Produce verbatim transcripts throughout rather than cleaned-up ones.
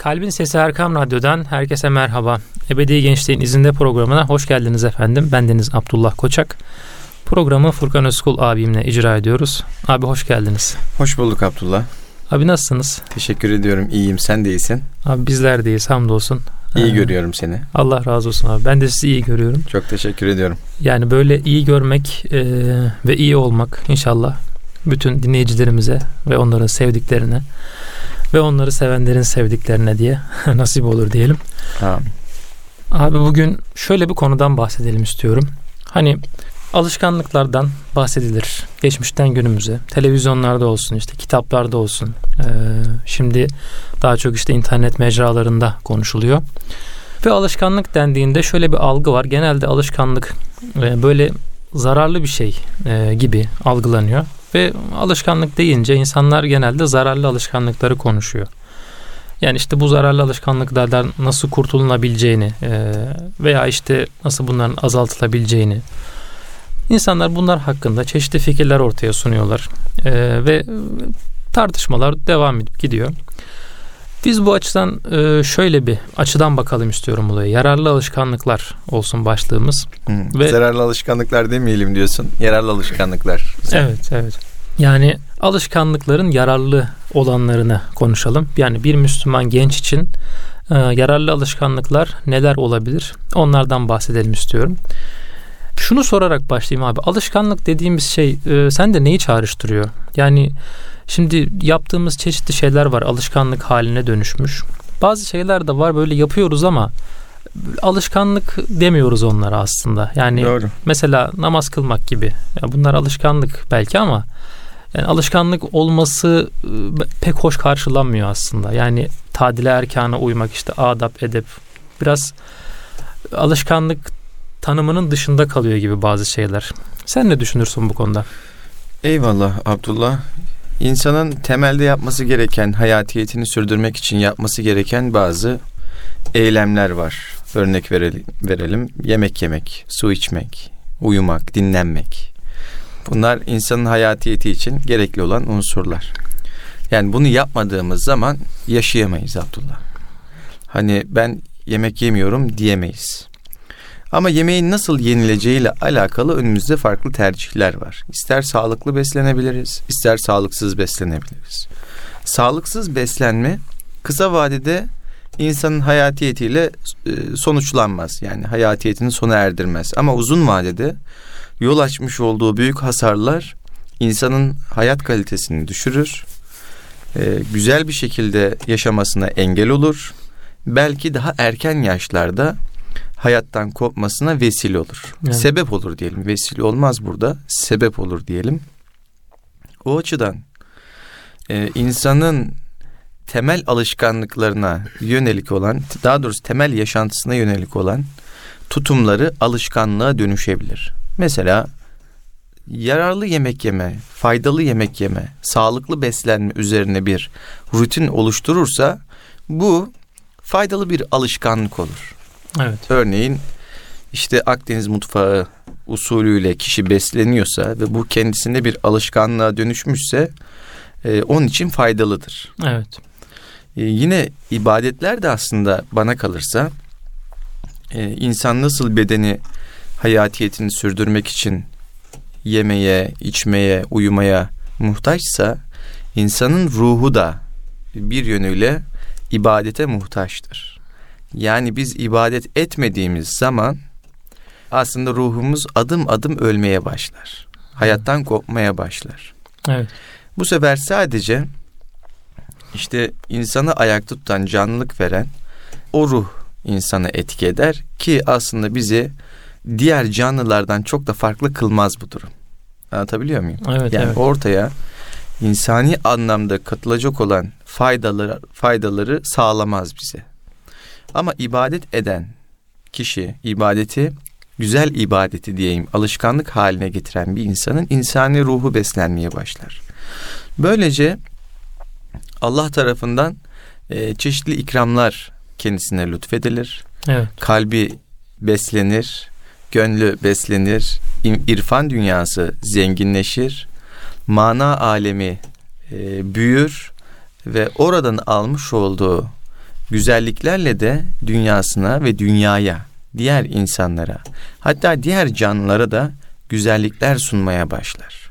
Kalbin Sesi Erkam Radyo'dan herkese merhaba. Ebedi Gençliğin İzinde programına hoş geldiniz efendim. Bendeniz Abdullah Koçak. Programı Furkan Özkul abimle icra ediyoruz. Abi hoş geldiniz. Hoş bulduk Abdullah. Abi nasılsınız? Teşekkür ediyorum. İyiyim. Sen de iyisin. Abi bizler de iyiyiz. Hamdolsun. İyi ee, görüyorum seni. Allah razı olsun abi. Ben de sizi iyi görüyorum. Çok teşekkür ediyorum. Yani böyle iyi görmek e, ve iyi olmak inşallah bütün dinleyicilerimize ve onların sevdiklerine ve onları sevenlerin sevdiklerine diye nasip olur diyelim. Amin. Abi bugün şöyle bir konudan bahsedelim istiyorum. Hani alışkanlıklardan bahsedilir. Geçmişten günümüze. Televizyonlarda olsun, işte kitaplarda olsun. Ee, şimdi daha çok işte internet mecralarında konuşuluyor. Ve alışkanlık dendiğinde şöyle bir algı var. Genelde alışkanlık e, böyle zararlı bir şey e, gibi algılanıyor. Ve alışkanlık deyince insanlar genelde zararlı alışkanlıkları konuşuyor. Yani işte bu zararlı alışkanlıklardan nasıl kurtulunabileceğini e, veya işte nasıl bunların azaltılabileceğini, İnsanlar bunlar hakkında çeşitli fikirler ortaya sunuyorlar ee, ve tartışmalar devam edip gidiyor. Biz bu açıdan e, şöyle bir açıdan bakalım istiyorum olaya. Yararlı alışkanlıklar olsun başlığımız. Hmm, ve zararlı alışkanlıklar demeyelim diyorsun. Yararlı alışkanlıklar. Evet, evet. Yani alışkanlıkların yararlı olanlarını konuşalım. Yani bir Müslüman genç için e, yararlı alışkanlıklar neler olabilir? Onlardan bahsedelim istiyorum. Şunu sorarak başlayayım abi. Alışkanlık dediğimiz şey e, sende neyi çağrıştırıyor? Yani şimdi yaptığımız çeşitli şeyler var. Alışkanlık haline dönüşmüş. Bazı şeyler de var böyle yapıyoruz ama alışkanlık demiyoruz onlara aslında. Yani doğru. Mesela namaz kılmak gibi. Yani bunlar alışkanlık belki ama yani alışkanlık olması e, pek hoş karşılanmıyor aslında. Yani tadile erkana uymak, işte adab, edep. Biraz alışkanlık tanımının dışında kalıyor gibi bazı şeyler. Sen ne düşünürsün bu konuda? Eyvallah Abdullah. İnsanın temelde yapması gereken, hayatiyetini sürdürmek için yapması gereken bazı eylemler var. Örnek verelim. verelim. Yemek yemek, su içmek, uyumak, dinlenmek. Bunlar insanın hayatiyeti için gerekli olan unsurlar. Yani bunu yapmadığımız zaman yaşayamayız Abdullah. Hani ben yemek yemiyorum diyemeyiz. Ama yemeğin nasıl yenileceğiyle alakalı önümüzde farklı tercihler var. İster sağlıklı beslenebiliriz, ister sağlıksız beslenebiliriz. Sağlıksız beslenme kısa vadede insanın hayatiyetiyle sonuçlanmaz. Yani hayatiyetini sona erdirmez. Ama uzun vadede yol açmış olduğu büyük hasarlar insanın hayat kalitesini düşürür. Güzel bir şekilde yaşamasına engel olur. Belki daha erken yaşlarda hayattan kopmasına vesile olur. Evet. Sebep olur diyelim. Vesile olmaz burada. Sebep olur diyelim. O açıdan e, insanın temel alışkanlıklarına yönelik olan, daha doğrusu temel yaşantısına yönelik olan tutumları alışkanlığa dönüşebilir. Mesela yararlı yemek yeme, faydalı yemek yeme, sağlıklı beslenme üzerine bir rutin oluşturursa bu faydalı bir alışkanlık olur. Evet. Örneğin işte Akdeniz mutfağı usulüyle kişi besleniyorsa ve bu kendisinde bir alışkanlığa dönüşmüşse e, onun için faydalıdır. Evet. E, yine ibadetler de aslında bana kalırsa e, insan nasıl bedeni hayatiyetini sürdürmek için yemeye, içmeye, uyumaya muhtaçsa insanın ruhu da bir yönüyle ibadete muhtaçtır. Yani biz ibadet etmediğimiz zaman aslında ruhumuz adım adım ölmeye başlar. Hayattan kopmaya başlar. Evet. Bu sefer sadece işte insanı ayakta tutan, canlılık veren o ruh insanı etki eder ki aslında bizi diğer canlılardan çok da farklı kılmaz bu durum. Anlatabiliyor muyum? Evet, yani evet. Ortaya insani anlamda katılacak olan faydaları, faydaları sağlamaz bize. Ama ibadet eden kişi, ibadeti, güzel ibadeti diyeyim, alışkanlık haline getiren bir insanın insani ruhu beslenmeye başlar. Böylece Allah tarafından e, çeşitli ikramlar kendisine lütfedilir. Evet. Kalbi beslenir, gönlü beslenir, irfan dünyası zenginleşir, mana alemi e, büyür ve oradan almış olduğu güzelliklerle de dünyasına ve dünyaya, diğer insanlara, hatta diğer canlılara da güzellikler sunmaya başlar.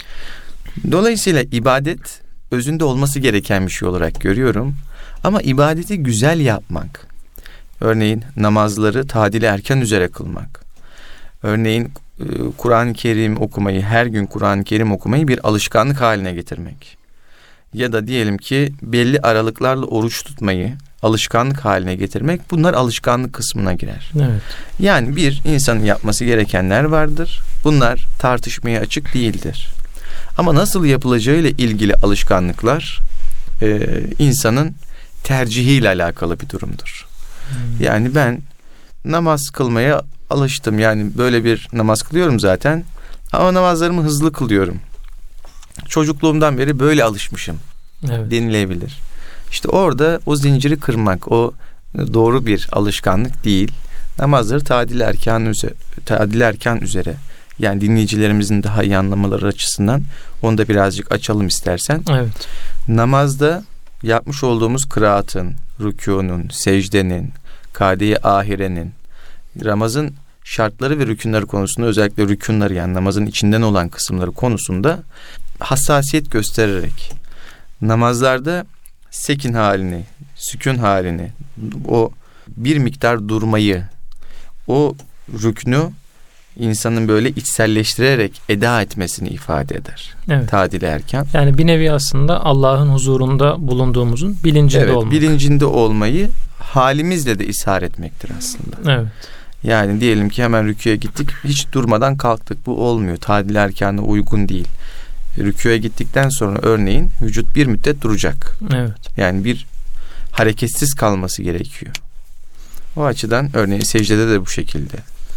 Dolayısıyla ibadet özünde olması gereken bir şey olarak görüyorum. Ama ibadeti güzel yapmak, örneğin namazları tadil erken üzere kılmak, örneğin Kur'an-ı Kerim okumayı, her gün Kur'an-ı Kerim okumayı bir alışkanlık haline getirmek, ya da diyelim ki belli aralıklarla oruç tutmayı alışkanlık haline getirmek, bunlar alışkanlık kısmına girer. Evet. Yani bir insanın yapması gerekenler vardır. Bunlar tartışmaya açık değildir. Ama nasıl yapılacağıyla ilgili alışkanlıklar e, insanın tercihiyle alakalı bir durumdur. Hmm. Yani ben namaz kılmaya alıştım. Yani böyle bir namaz kılıyorum zaten. Ama namazlarımı hızlı kılıyorum. Çocukluğumdan beri böyle alışmışım. Evet. Denilebilir. İşte orada o zinciri kırmak, o doğru bir alışkanlık değil. Namazları tadil erkan üzere, tadil erkan üzere. Yani dinleyicilerimizin daha iyi anlamaları açısından onu da birazcık açalım istersen. Evet. Namazda yapmış olduğumuz kıraatın, rükûnun, secdenin, kâde-i ahirenin, namazın şartları ve rükünleri konusunda, özellikle rükünleri, yani namazın içinden olan kısımları konusunda hassasiyet göstererek namazlarda sekin halini, sükun halini, o bir miktar durmayı, o rüknü insanın böyle içselleştirerek eda etmesini ifade eder. Evet. Tadil erken. Yani bir nevi aslında Allah'ın huzurunda bulunduğumuzun bilincinde evet, olmak. Bilincinde olmayı halimizle de ishar etmektir aslında. Evet. Yani diyelim ki hemen rüküye gittik, hiç durmadan kalktık. Bu olmuyor. Tadil erkana uygun değil. Rüküye gittikten sonra örneğin vücut bir müddet duracak. Evet. Yani bir hareketsiz kalması gerekiyor. O açıdan örneğin secdede de bu şekilde.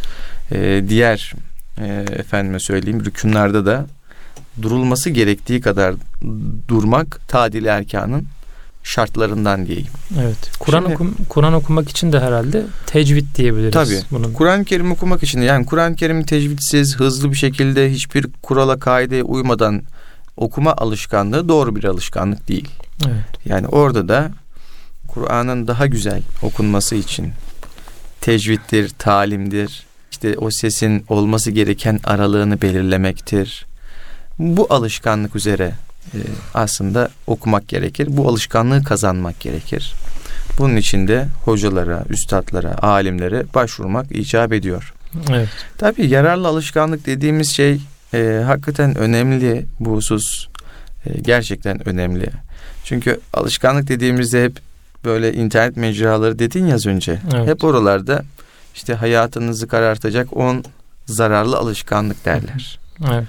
Ee, diğer e, efendime söyleyeyim rükünlerde de durulması gerektiği kadar durmak tadil erkanın şartlarından diyeyim. Evet. Kur'an Şimdi, okum, Kur'an okumak için de herhalde tecvid diyebiliriz. Tabii. Bunun. Kur'an-ı Kerim okumak için de, yani Kur'an-ı Kerim'i tecvidsiz, hızlı bir şekilde hiçbir kurala, kaideye uymadan okuma alışkanlığı doğru bir alışkanlık değil. Evet. Yani orada da Kur'an'ın daha güzel okunması için tecviddir, talimdir, işte o sesin olması gereken aralığını belirlemektir. Bu alışkanlık üzere e, aslında okumak gerekir. Bu alışkanlığı kazanmak gerekir. Bunun için de hocalara, üstadlara, alimlere başvurmak icap ediyor. Evet. Tabii yararlı alışkanlık dediğimiz şey e, hakikaten önemli, bu husus e, gerçekten önemli. Çünkü alışkanlık dediğimizde hep böyle internet mecraları dedin ya az önce. Evet. Hep oralarda işte hayatınızı karartacak on zararlı alışkanlık derler. Evet.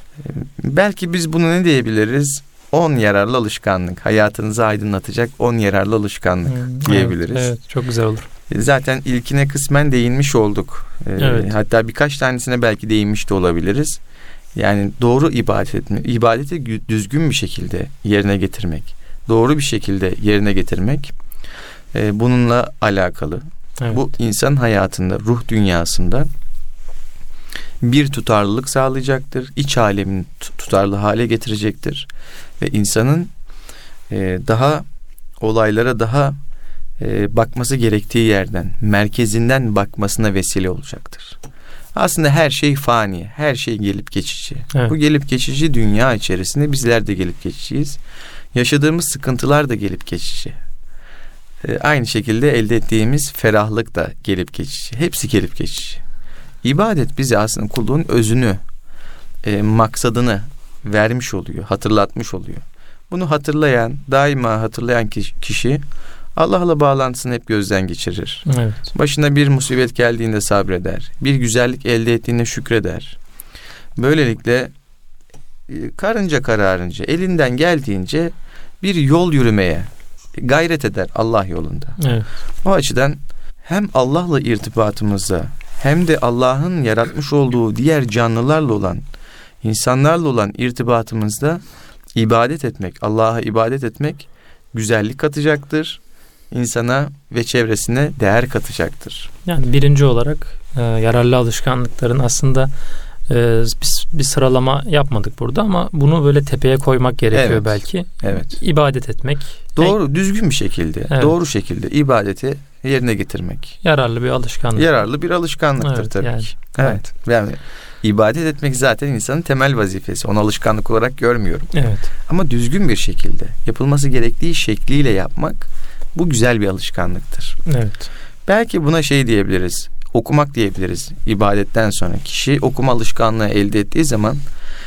Belki biz bunu ne diyebiliriz? on yararlı alışkanlık. Hayatınızı aydınlatacak on yararlı alışkanlık hmm, diyebiliriz. Evet, evet, çok güzel olur. Zaten ilkine kısmen değinmiş olduk. Evet. Hatta birkaç tanesine belki değinmiş de olabiliriz. Yani doğru ibadet etme, ibadeti düzgün bir şekilde yerine getirmek, doğru bir şekilde yerine getirmek bununla alakalı. Evet. Bu insan hayatında, ruh dünyasında bir tutarlılık sağlayacaktır. İç alemini tutarlı hale getirecektir. Ve insanın e, daha olaylara daha e, bakması gerektiği yerden, merkezinden bakmasına vesile olacaktır. Aslında her şey fani, her şey gelip geçici. Evet. Bu gelip geçici dünya içerisinde bizler de gelip geçiciyiz. Yaşadığımız sıkıntılar da gelip geçici. E, aynı şekilde elde ettiğimiz ferahlık da gelip geçici. Hepsi gelip geçici. İbadet bize aslında kulluğun özünü, e, maksadını vermiş oluyor, hatırlatmış oluyor. Bunu hatırlayan, daima hatırlayan kişi Allah'la bağlantısını hep gözden geçirir. Evet. Başına bir musibet geldiğinde sabreder. Bir güzellik elde ettiğinde şükreder. Böylelikle e, karınca kararınca, elinden geldiğince bir yol yürümeye gayret eder Allah yolunda. Evet. O açıdan hem Allah'la irtibatımızda hem de Allah'ın yaratmış olduğu diğer canlılarla olan, insanlarla olan irtibatımızda ibadet etmek, Allah'a ibadet etmek güzellik katacaktır. İnsana ve çevresine değer katacaktır. Yani birinci olarak e, yararlı alışkanlıkların aslında Ee, biz bir sıralama yapmadık burada ama bunu böyle tepeye koymak gerekiyor evet. belki. Evet. İbadet etmek. Doğru, en... düzgün bir şekilde, evet. doğru şekilde ibadeti yerine getirmek. Yararlı bir alışkanlık. Yararlı bir alışkanlıktır evet, tabii yani. ki. Evet. evet. Yani ibadet etmek zaten insanın temel vazifesi. Onu alışkanlık olarak görmüyorum. Evet. Ama düzgün bir şekilde, yapılması gerektiği şekliyle yapmak, bu güzel bir alışkanlıktır. Evet. Belki buna şey diyebiliriz. Okumak diyebiliriz. İbadetten sonra kişi okuma alışkanlığı elde ettiği zaman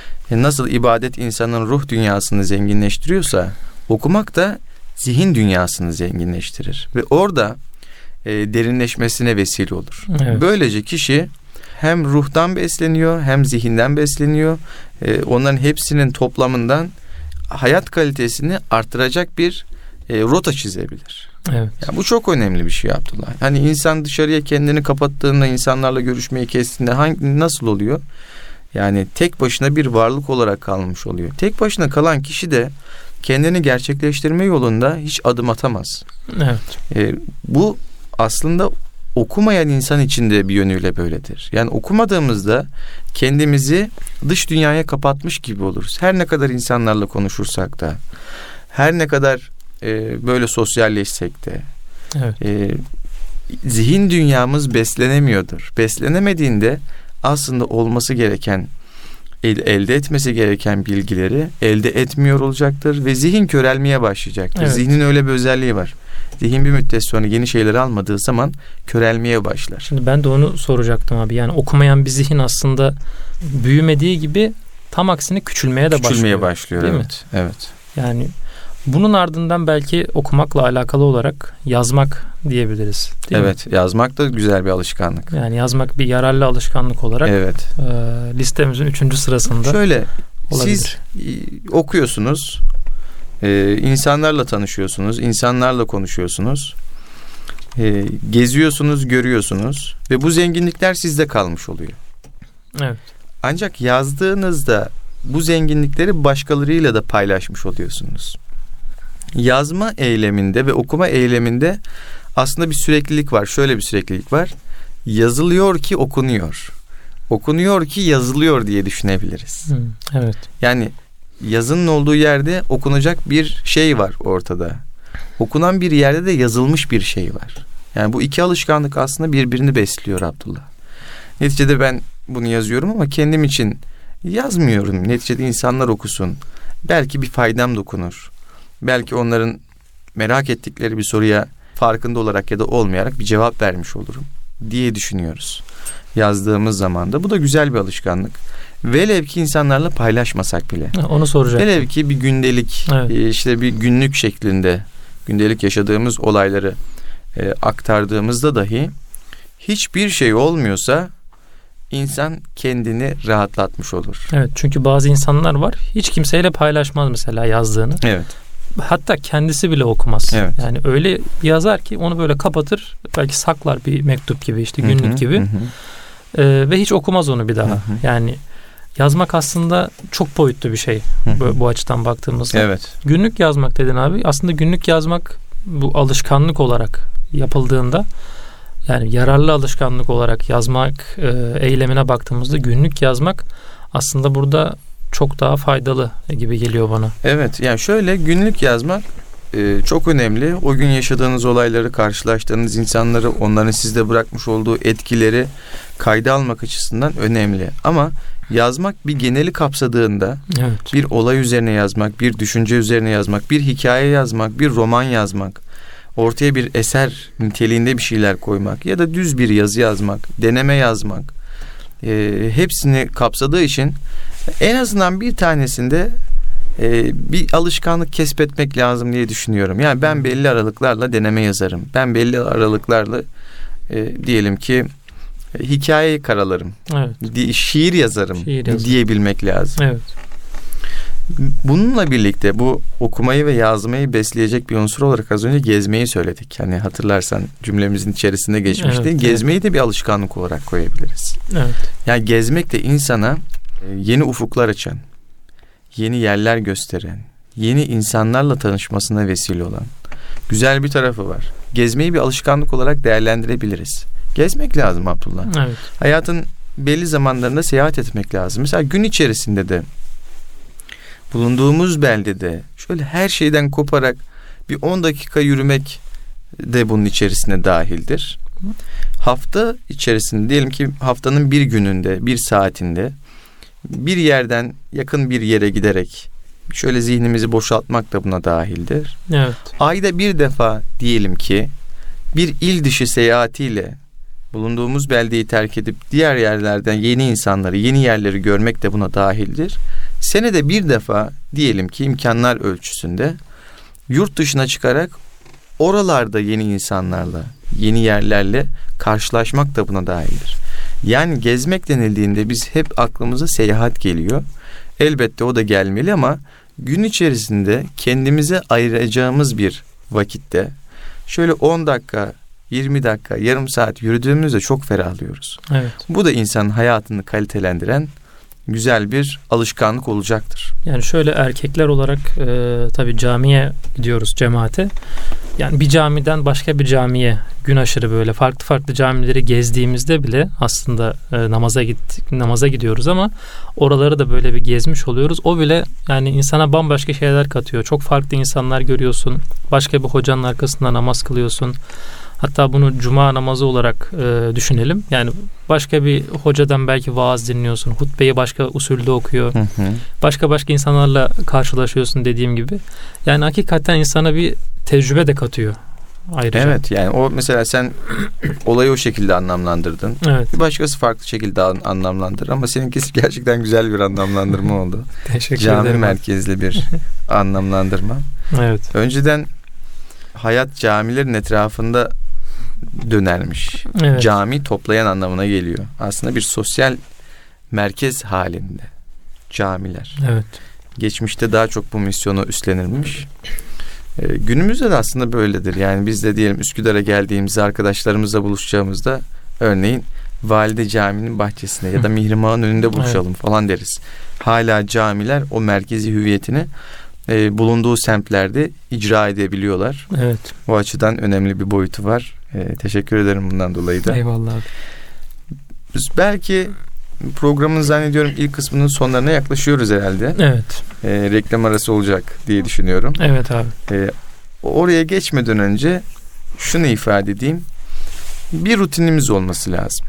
nasıl ibadet insanın ruh dünyasını zenginleştiriyorsa, okumak da zihin dünyasını zenginleştirir ve orada e, derinleşmesine vesile olur. Evet. Böylece kişi hem ruhtan besleniyor, hem zihinden besleniyor. E, onların hepsinin toplamından hayat kalitesini artıracak bir e, rota çizebilir. Evet. Yani bu çok önemli bir şey Abdullah. Hani insan dışarıya kendini kapattığında, insanlarla görüşmeyi kestiğinde hangi nasıl oluyor? Yani tek başına bir varlık olarak kalmış oluyor. Tek başına kalan kişi de kendini gerçekleştirme yolunda hiç adım atamaz. Evet. E, bu aslında okumayan insan için de bir yönüyle böyledir. Yani okumadığımızda kendimizi dış dünyaya kapatmış gibi oluruz. Her ne kadar insanlarla konuşursak da, her ne kadar e, böyle sosyalleşsek de, evet. e, zihin dünyamız beslenemiyordur. Beslenemediğinde aslında olması gereken, el, elde etmesi gereken bilgileri elde etmiyor olacaktır ve zihin körelmeye başlayacaktır. Evet. Zihnin öyle bir özelliği var. Zihin bir müddet sonra yeni şeyleri almadığı zaman körelmeye başlar. Şimdi ben de onu soracaktım abi. Yani okumayan bir zihin aslında büyümediği gibi tam aksine küçülmeye de başlıyor. Küçülmeye başlıyor. Değil evet. mi? Evet. Yani bunun ardından belki okumakla alakalı olarak yazmak diyebiliriz. Değil evet. mi? Yazmak da güzel bir alışkanlık. Yani yazmak bir yararlı alışkanlık olarak evet. e, listemizin üçüncü sırasında şöyle olabilir. Siz okuyorsunuz. Ee, insanlarla tanışıyorsunuz, insanlarla konuşuyorsunuz, ee, geziyorsunuz, görüyorsunuz ve bu zenginlikler sizde kalmış oluyor. Evet. Ancak yazdığınızda bu zenginlikleri başkalarıyla da paylaşmış oluyorsunuz. Yazma eyleminde ve okuma eyleminde aslında bir süreklilik var. Şöyle bir süreklilik var. Yazılıyor ki okunuyor. Okunuyor ki yazılıyor diye düşünebiliriz. Hı, evet. Yani yazının olduğu yerde okunacak bir şey var ortada. Okunan bir yerde de yazılmış bir şey var. Yani bu iki alışkanlık aslında birbirini besliyor Abdullah. Neticede ben bunu yazıyorum ama kendim için yazmıyorum. Neticede insanlar okusun. Belki bir faydam dokunur. Belki onların merak ettikleri bir soruya farkında olarak ya da olmayarak bir cevap vermiş olurum diye düşünüyoruz. Yazdığımız zaman da bu da güzel bir alışkanlık. Velev ki insanlarla paylaşmasak bile. Onu soracaktım. Velev ki bir gündelik, evet. işte bir günlük şeklinde gündelik yaşadığımız olayları e, aktardığımızda dahi hiçbir şey olmuyorsa insan kendini rahatlatmış olur. Evet, çünkü bazı insanlar var hiç kimseyle paylaşmaz mesela yazdığını. Evet. Hatta kendisi bile okumaz. Evet. Yani öyle yazar ki onu böyle kapatır, belki saklar bir mektup gibi, işte günlük hı hı, gibi. Hı. Ee, ve hiç okumaz onu bir daha. Hı hı. Yani yazmak aslında çok boyutlu bir şey bu, bu açıdan baktığımızda. Evet. Günlük yazmak dedin abi. Aslında günlük yazmak bu alışkanlık olarak yapıldığında, yani yararlı alışkanlık olarak yazmak e, eylemine baktığımızda günlük yazmak aslında burada çok daha faydalı gibi geliyor bana. Evet, yani şöyle günlük yazmak e, çok önemli. O gün yaşadığınız olayları, karşılaştığınız insanları, onların sizde bırakmış olduğu etkileri kayda almak açısından önemli. Ama yazmak bir geneli kapsadığında, evet. bir olay üzerine yazmak, bir düşünce üzerine yazmak, bir hikaye yazmak, bir roman yazmak, ortaya bir eser niteliğinde bir şeyler koymak ya da düz bir yazı yazmak, deneme yazmak, e, hepsini kapsadığı için en azından bir tanesinde e, bir alışkanlık kesbetmek lazım diye düşünüyorum. Yani ben belli aralıklarla deneme yazarım. Ben belli aralıklarla e, diyelim ki e, hikaye karalarım. Evet. Di- şiir yazarım şiir diyebilmek lazım. Evet. Bununla birlikte bu okumayı ve yazmayı besleyecek bir unsur olarak az önce gezmeyi söyledik. Hani hatırlarsan cümlemizin içerisinde geçmişti. Evet, gezmeyi evet. de bir alışkanlık olarak koyabiliriz. Evet. Yani gezmek de insana yeni ufuklar açan, yeni yerler gösteren, yeni insanlarla tanışmasına vesile olan güzel bir tarafı var. Gezmeyi bir alışkanlık olarak değerlendirebiliriz. Gezmek lazım Abdullah. Evet. Hayatın belli zamanlarında seyahat etmek lazım. Mesela gün içerisinde de bulunduğumuz beldede şöyle her şeyden koparak bir on dakika yürümek de bunun içerisine dahildir. Hafta içerisinde diyelim ki haftanın bir gününde, bir saatinde bir yerden yakın bir yere giderek şöyle zihnimizi boşaltmak da buna dahildir. Evet. Ayda bir defa diyelim ki bir il dışı seyahatiyle bulunduğumuz beldeyi terk edip diğer yerlerden yeni insanları, yeni yerleri görmek de buna dahildir. Senede bir defa diyelim ki imkanlar ölçüsünde yurt dışına çıkarak oralarda yeni insanlarla, yeni yerlerle karşılaşmak da buna dahildir. Yani gezmek denildiğinde biz hep aklımıza seyahat geliyor. Elbette o da gelmeli ama gün içerisinde kendimize ayıracağımız bir vakitte şöyle on dakika, yirmi dakika, yarım saat yürüdüğümüzde çok ferahlıyoruz. Evet. Bu da insanın hayatını kalitelendiren güzel bir alışkanlık olacaktır. Yani şöyle erkekler olarak e, tabii camiye gidiyoruz, cemaate. Yani bir camiden başka bir camiye gün aşırı böyle farklı farklı camileri gezdiğimizde bile aslında e, namaza gittik, namaza gidiyoruz ama oraları da böyle bir gezmiş oluyoruz. O bile yani insana bambaşka şeyler katıyor. Çok farklı insanlar görüyorsun. Başka bir hocanın arkasında namaz kılıyorsun. Hatta bunu cuma namazı olarak e, düşünelim. Yani başka bir hocadan belki vaaz dinliyorsun. Hutbeyi başka usulde okuyor. Hı hı. Başka başka insanlarla karşılaşıyorsun dediğim gibi. Yani hakikaten insana bir tecrübe de katıyor. Ayrıca. Evet, yani o mesela sen olayı o şekilde anlamlandırdın. Evet. Bir başkası farklı şekilde an- anlamlandırır ama seninkisi gerçekten güzel bir anlamlandırma oldu. Teşekkür Cami ederim. Cami merkezli bir anlamlandırma. Evet. Önceden hayat camilerin etrafında dönermiş. Evet. Cami toplayan anlamına geliyor. Aslında bir sosyal merkez halinde camiler. Evet. Geçmişte daha çok bu misyonu üstlenirmiş. Ee, günümüzde de aslında böyledir. Yani biz de diyelim Üsküdar'a geldiğimizde arkadaşlarımızla buluşacağımızda örneğin Valide Camii'nin bahçesinde ya da Mihrimah'ın önünde buluşalım evet. falan deriz. Hala camiler o merkezi hüviyetini e, bulunduğu semtlerde icra edebiliyorlar. Evet. O açıdan önemli bir boyutu var. E, teşekkür ederim bundan dolayı da. Eyvallah abi. Biz belki programın zannediyorum ilk kısmının sonlarına yaklaşıyoruz herhalde. Evet. E, reklam arası olacak diye düşünüyorum. Evet abi. E, oraya geçmeden önce şunu ifade edeyim. Bir rutinimiz olması lazım.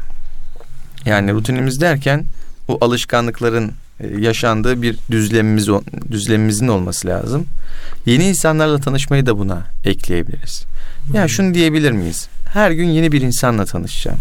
Yani rutinimiz derken bu alışkanlıkların yaşandığı bir düzlemimiz düzlemimizin olması lazım. Yeni insanlarla tanışmayı da buna ekleyebiliriz. Ya yani şunu diyebilir miyiz? Her gün yeni bir insanla tanışacağım.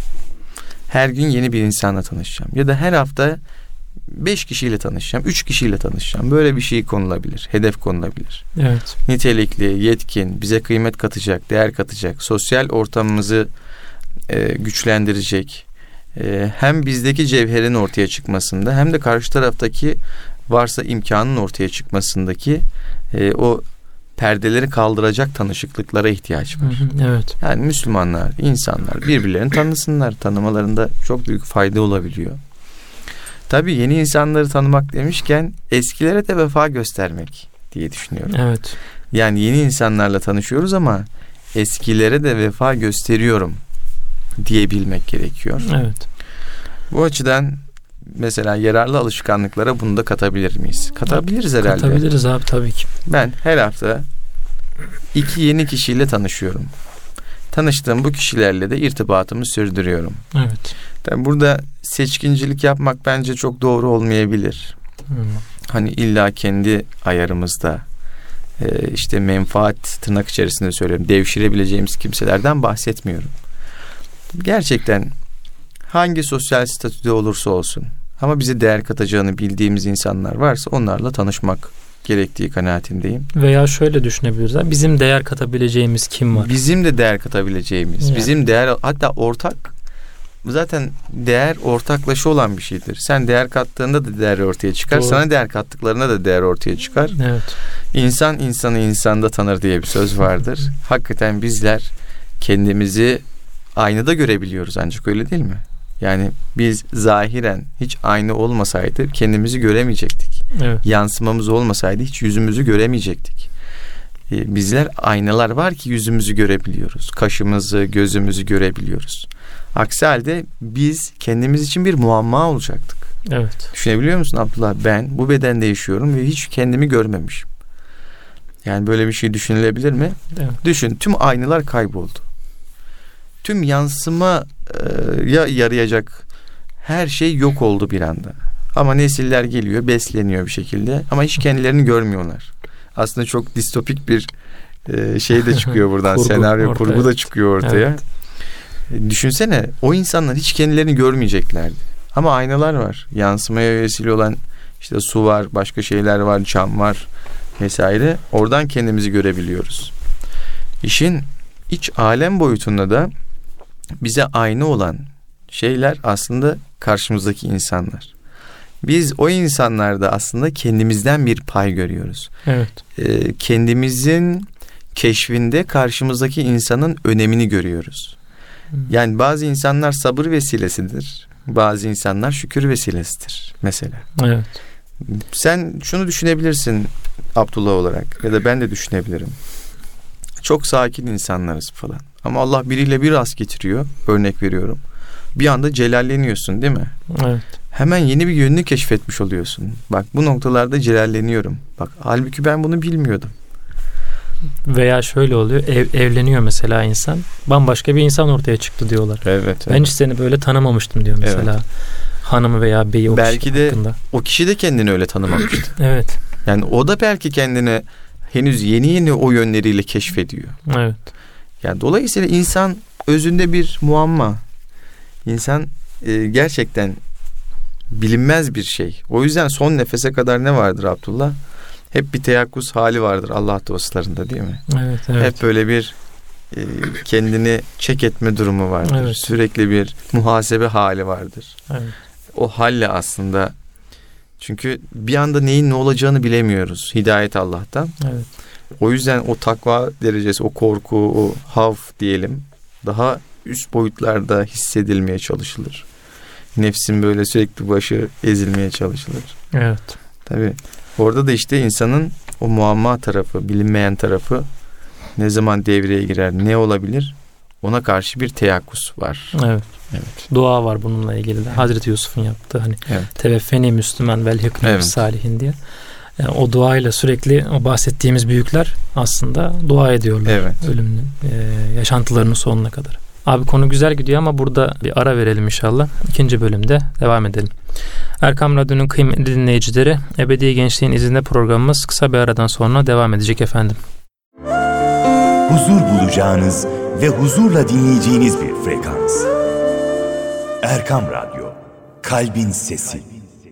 Her gün yeni bir insanla tanışacağım. Ya da her hafta beş kişiyle tanışacağım, üç kişiyle tanışacağım. Böyle bir şey konulabilir, hedef konulabilir. Evet. Nitelikli, yetkin, bize kıymet katacak, değer katacak, sosyal ortamımızı e, güçlendirecek. E, hem bizdeki cevherin ortaya çıkmasında hem de karşı taraftaki varsa imkanın ortaya çıkmasındaki e, o perdeleri kaldıracak tanışıklıklara ihtiyaç var. Hı hı, evet. Yani Müslümanlar, insanlar birbirlerini tanısınlar. Tanımalarında çok büyük fayda olabiliyor. Tabii yeni insanları tanımak demişken eskilere de vefa göstermek diye düşünüyorum. Evet. Yani yeni insanlarla tanışıyoruz ama eskilere de vefa gösteriyorum diyebilmek gerekiyor. Evet. Bu açıdan mesela yararlı alışkanlıklara bunu da katabilir miyiz? Katabiliriz herhalde. Katabiliriz abi tabii ki. Ben her hafta iki yeni kişiyle tanışıyorum. Tanıştığım bu kişilerle de irtibatımı sürdürüyorum. Evet. Tabii burada seçkincilik yapmak bence çok doğru olmayabilir. Hmm. Hani illa kendi ayarımızda e, işte menfaat tırnak içerisinde söylüyorum. Devşirebileceğimiz kimselerden bahsetmiyorum. Gerçekten hangi sosyal statüde olursa olsun ama bize değer katacağını bildiğimiz insanlar varsa onlarla tanışmak gerektiği kanaatindeyim. Veya şöyle düşünebiliriz. Bizim değer katabileceğimiz kim var? Bizim de değer katabileceğimiz, yani. Bizim değer hatta ortak zaten değer ortaklaşa olan bir şeydir. Sen değer kattığında da değer ortaya çıkar. Doğru. Sana değer kattıklarında da değer ortaya çıkar. Evet. İnsan insanı insanda tanır diye bir söz vardır. Hakikaten bizler kendimizi aynada görebiliyoruz ancak öyle değil mi? Yani biz zahiren hiç aynı olmasaydı kendimizi göremeyecektik. Evet. Yansımamız olmasaydı hiç yüzümüzü göremeyecektik. E, bizler aynalar var ki yüzümüzü görebiliyoruz. Kaşımızı, gözümüzü görebiliyoruz. Aksi halde biz kendimiz için bir muamma olacaktık. Evet. Düşünebiliyor musun Abdullah? Ben bu bedende yaşıyorum ve hiç kendimi görmemişim. Yani böyle bir şey düşünülebilir mi? Evet. Düşün, tüm aynalar kayboldu. Tüm yansımaya yarayacak her şey yok oldu bir anda. Ama nesiller geliyor, besleniyor bir şekilde ama hiç kendilerini görmüyorlar. Aslında çok distopik bir e, şey de çıkıyor buradan. kurgu, senaryo ortaya. kurgu da çıkıyor ortaya. Evet. E, düşünsene, o insanlar hiç kendilerini görmeyeceklerdi. Ama aynalar var. Yansımaya vesile olan işte su var, başka şeyler var, cam var vesaire. Oradan kendimizi görebiliyoruz. İşin iç alem boyutunda da bize ayna olan şeyler aslında karşımızdaki insanlar. Biz o insanlarda aslında kendimizden bir pay görüyoruz. Evet. Ee, kendimizin keşfinde karşımızdaki insanın önemini görüyoruz. Hmm. Yani bazı insanlar sabır vesilesidir. Bazı insanlar şükür vesilesidir mesela. Evet. Sen şunu düşünebilirsin Abdullah olarak ya da ben de düşünebilirim. Çok sakin insanlarız falan. Ama Allah biriyle bir rast getiriyor. Örnek veriyorum. Bir anda celalleniyorsun değil mi? Evet. Hemen yeni bir yönünü keşfetmiş oluyorsun. Bak bu noktalarda celalleniyorum. Bak halbuki ben bunu bilmiyordum. Veya şöyle oluyor. Ev, evleniyor mesela insan. Bambaşka bir insan ortaya çıktı diyorlar. Evet. evet. Ben hiç seni böyle tanımamıştım diyor mesela. Evet. Hanımı veya beyi o belki kişi de hakkında. O kişi de kendini öyle tanımamıştı. Evet. Yani o da belki kendini henüz yeni yeni o yönleriyle keşfediyor. Evet. Yani dolayısıyla insan özünde bir muamma. İnsan e, gerçekten bilinmez bir şey. O yüzden son nefese kadar ne vardır Abdullah? Hep bir teyakkuz hali vardır Allah dostlarında değil mi? Evet, evet. Hep böyle bir e, kendini çek etme durumu vardır. Evet. Sürekli bir muhasebe hali vardır. Evet. O halle aslında, çünkü bir anda neyin ne olacağını bilemiyoruz. Hidayet Allah'tan. Evet. O yüzden o takva derecesi, o korku, o hav diyelim daha üst boyutlarda hissedilmeye çalışılır. Nefsin böyle sürekli başı ezilmeye çalışılır. Evet. Tabii orada da işte insanın o muamma tarafı, bilinmeyen tarafı ne zaman devreye girer, ne olabilir? Ona karşı bir teyakkuz var. Evet. Evet. Dua var bununla ilgili de. Hazreti Yusuf'un yaptığı hani evet. teveffeni Müslüman vel hikmet evet. salihin diye. Yani o duayla sürekli o bahsettiğimiz büyükler aslında dua ediyorlar. Evet. Ölümünün, e, yaşantılarının sonuna kadar. Abi konu güzel gidiyor ama burada bir ara verelim inşallah. İkinci bölümde devam edelim. Erkam Radyo'nun kıymetli dinleyicileri, Ebedi Gençliğin izinde programımız kısa bir aradan sonra devam edecek efendim. Huzur bulacağınız ve huzurla dinleyeceğiniz bir frekans. Erkam Radyo, Kalbin Sesi.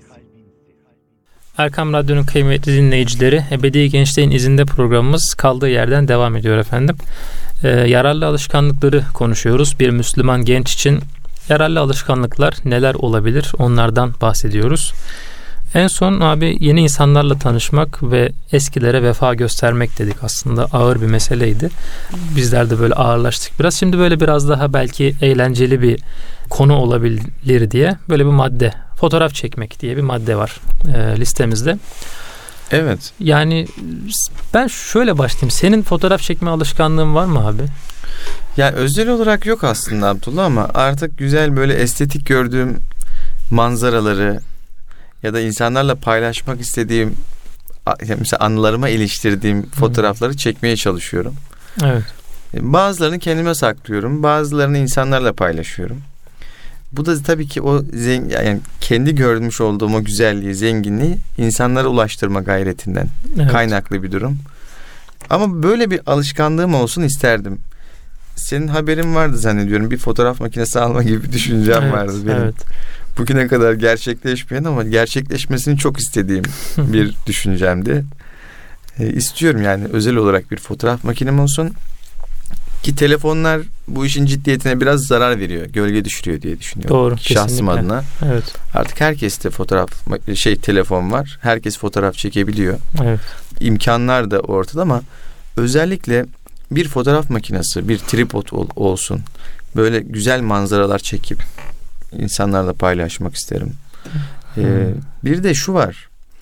Erkam Radyo'nun kıymetli dinleyicileri, Ebedi Gençliğin izinde programımız kaldığı yerden devam ediyor efendim. Ee, yararlı alışkanlıkları konuşuyoruz. Bir Müslüman genç için yararlı alışkanlıklar neler olabilir? Onlardan bahsediyoruz. En son abi yeni insanlarla tanışmak ve eskilere vefa göstermek dedik. Aslında ağır bir meseleydi. Bizler de böyle ağırlaştık biraz. Şimdi böyle biraz daha belki eğlenceli bir konu olabilir diye böyle bir madde, fotoğraf çekmek diye bir madde var e, listemizde. Evet. Yani ben şöyle başlayayım. Senin fotoğraf çekme alışkanlığın var mı abi? Yani özel olarak yok aslında Abdullah, ama artık güzel böyle estetik gördüğüm manzaraları ya da insanlarla paylaşmak istediğim, mesela anılarıma iliştirdiğim fotoğrafları çekmeye çalışıyorum. Evet. Bazılarını kendime saklıyorum, bazılarını insanlarla paylaşıyorum. Bu da tabii ki o zengin, yani kendi görmüş olduğum o güzelliği, zenginliği insanlara ulaştırma gayretinden evet. kaynaklı bir durum. Ama böyle bir alışkanlığım olsun isterdim. Senin haberin vardı zannediyorum. Bir fotoğraf makinesi alma gibi bir düşüncem evet, vardı benim. Evet. Bugüne kadar gerçekleşmeyen ama gerçekleşmesini çok istediğim bir düşüncemdi. E, istiyorum yani özel olarak bir fotoğraf makinem olsun. Ki telefonlar bu işin ciddiyetine biraz zarar veriyor, gölge düşürüyor diye düşünüyorum. Doğru, şahsım kesinlikle. adına. Evet. Artık herkeste fotoğraf şey telefon var. Herkes fotoğraf çekebiliyor. Evet. İmkanlar da ortada ama özellikle bir fotoğraf makinesi, bir tripod ol, olsun. Böyle güzel manzaralar çekip insanlarla paylaşmak isterim. Hmm. Ee, bir de şu var.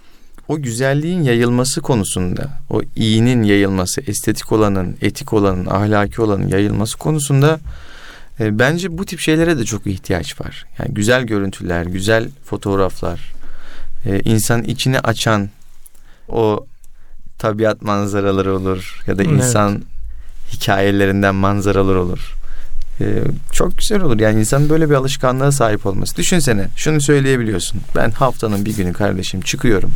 o güzelliğin yayılması konusunda, o iyinin yayılması, estetik olanın, etik olanın, ahlaki olanın yayılması konusunda e, bence bu tip şeylere de çok ihtiyaç var. Yani güzel görüntüler, güzel fotoğraflar, e, insanın içini açan o tabiat manzaraları olur ya da insan evet. hikayelerinden manzaralar olur. Ee, çok güzel olur. Yani insanın böyle bir alışkanlığa sahip olması. Düşünsene, şunu söyleyebiliyorsun. Ben haftanın bir günü kardeşim çıkıyorum.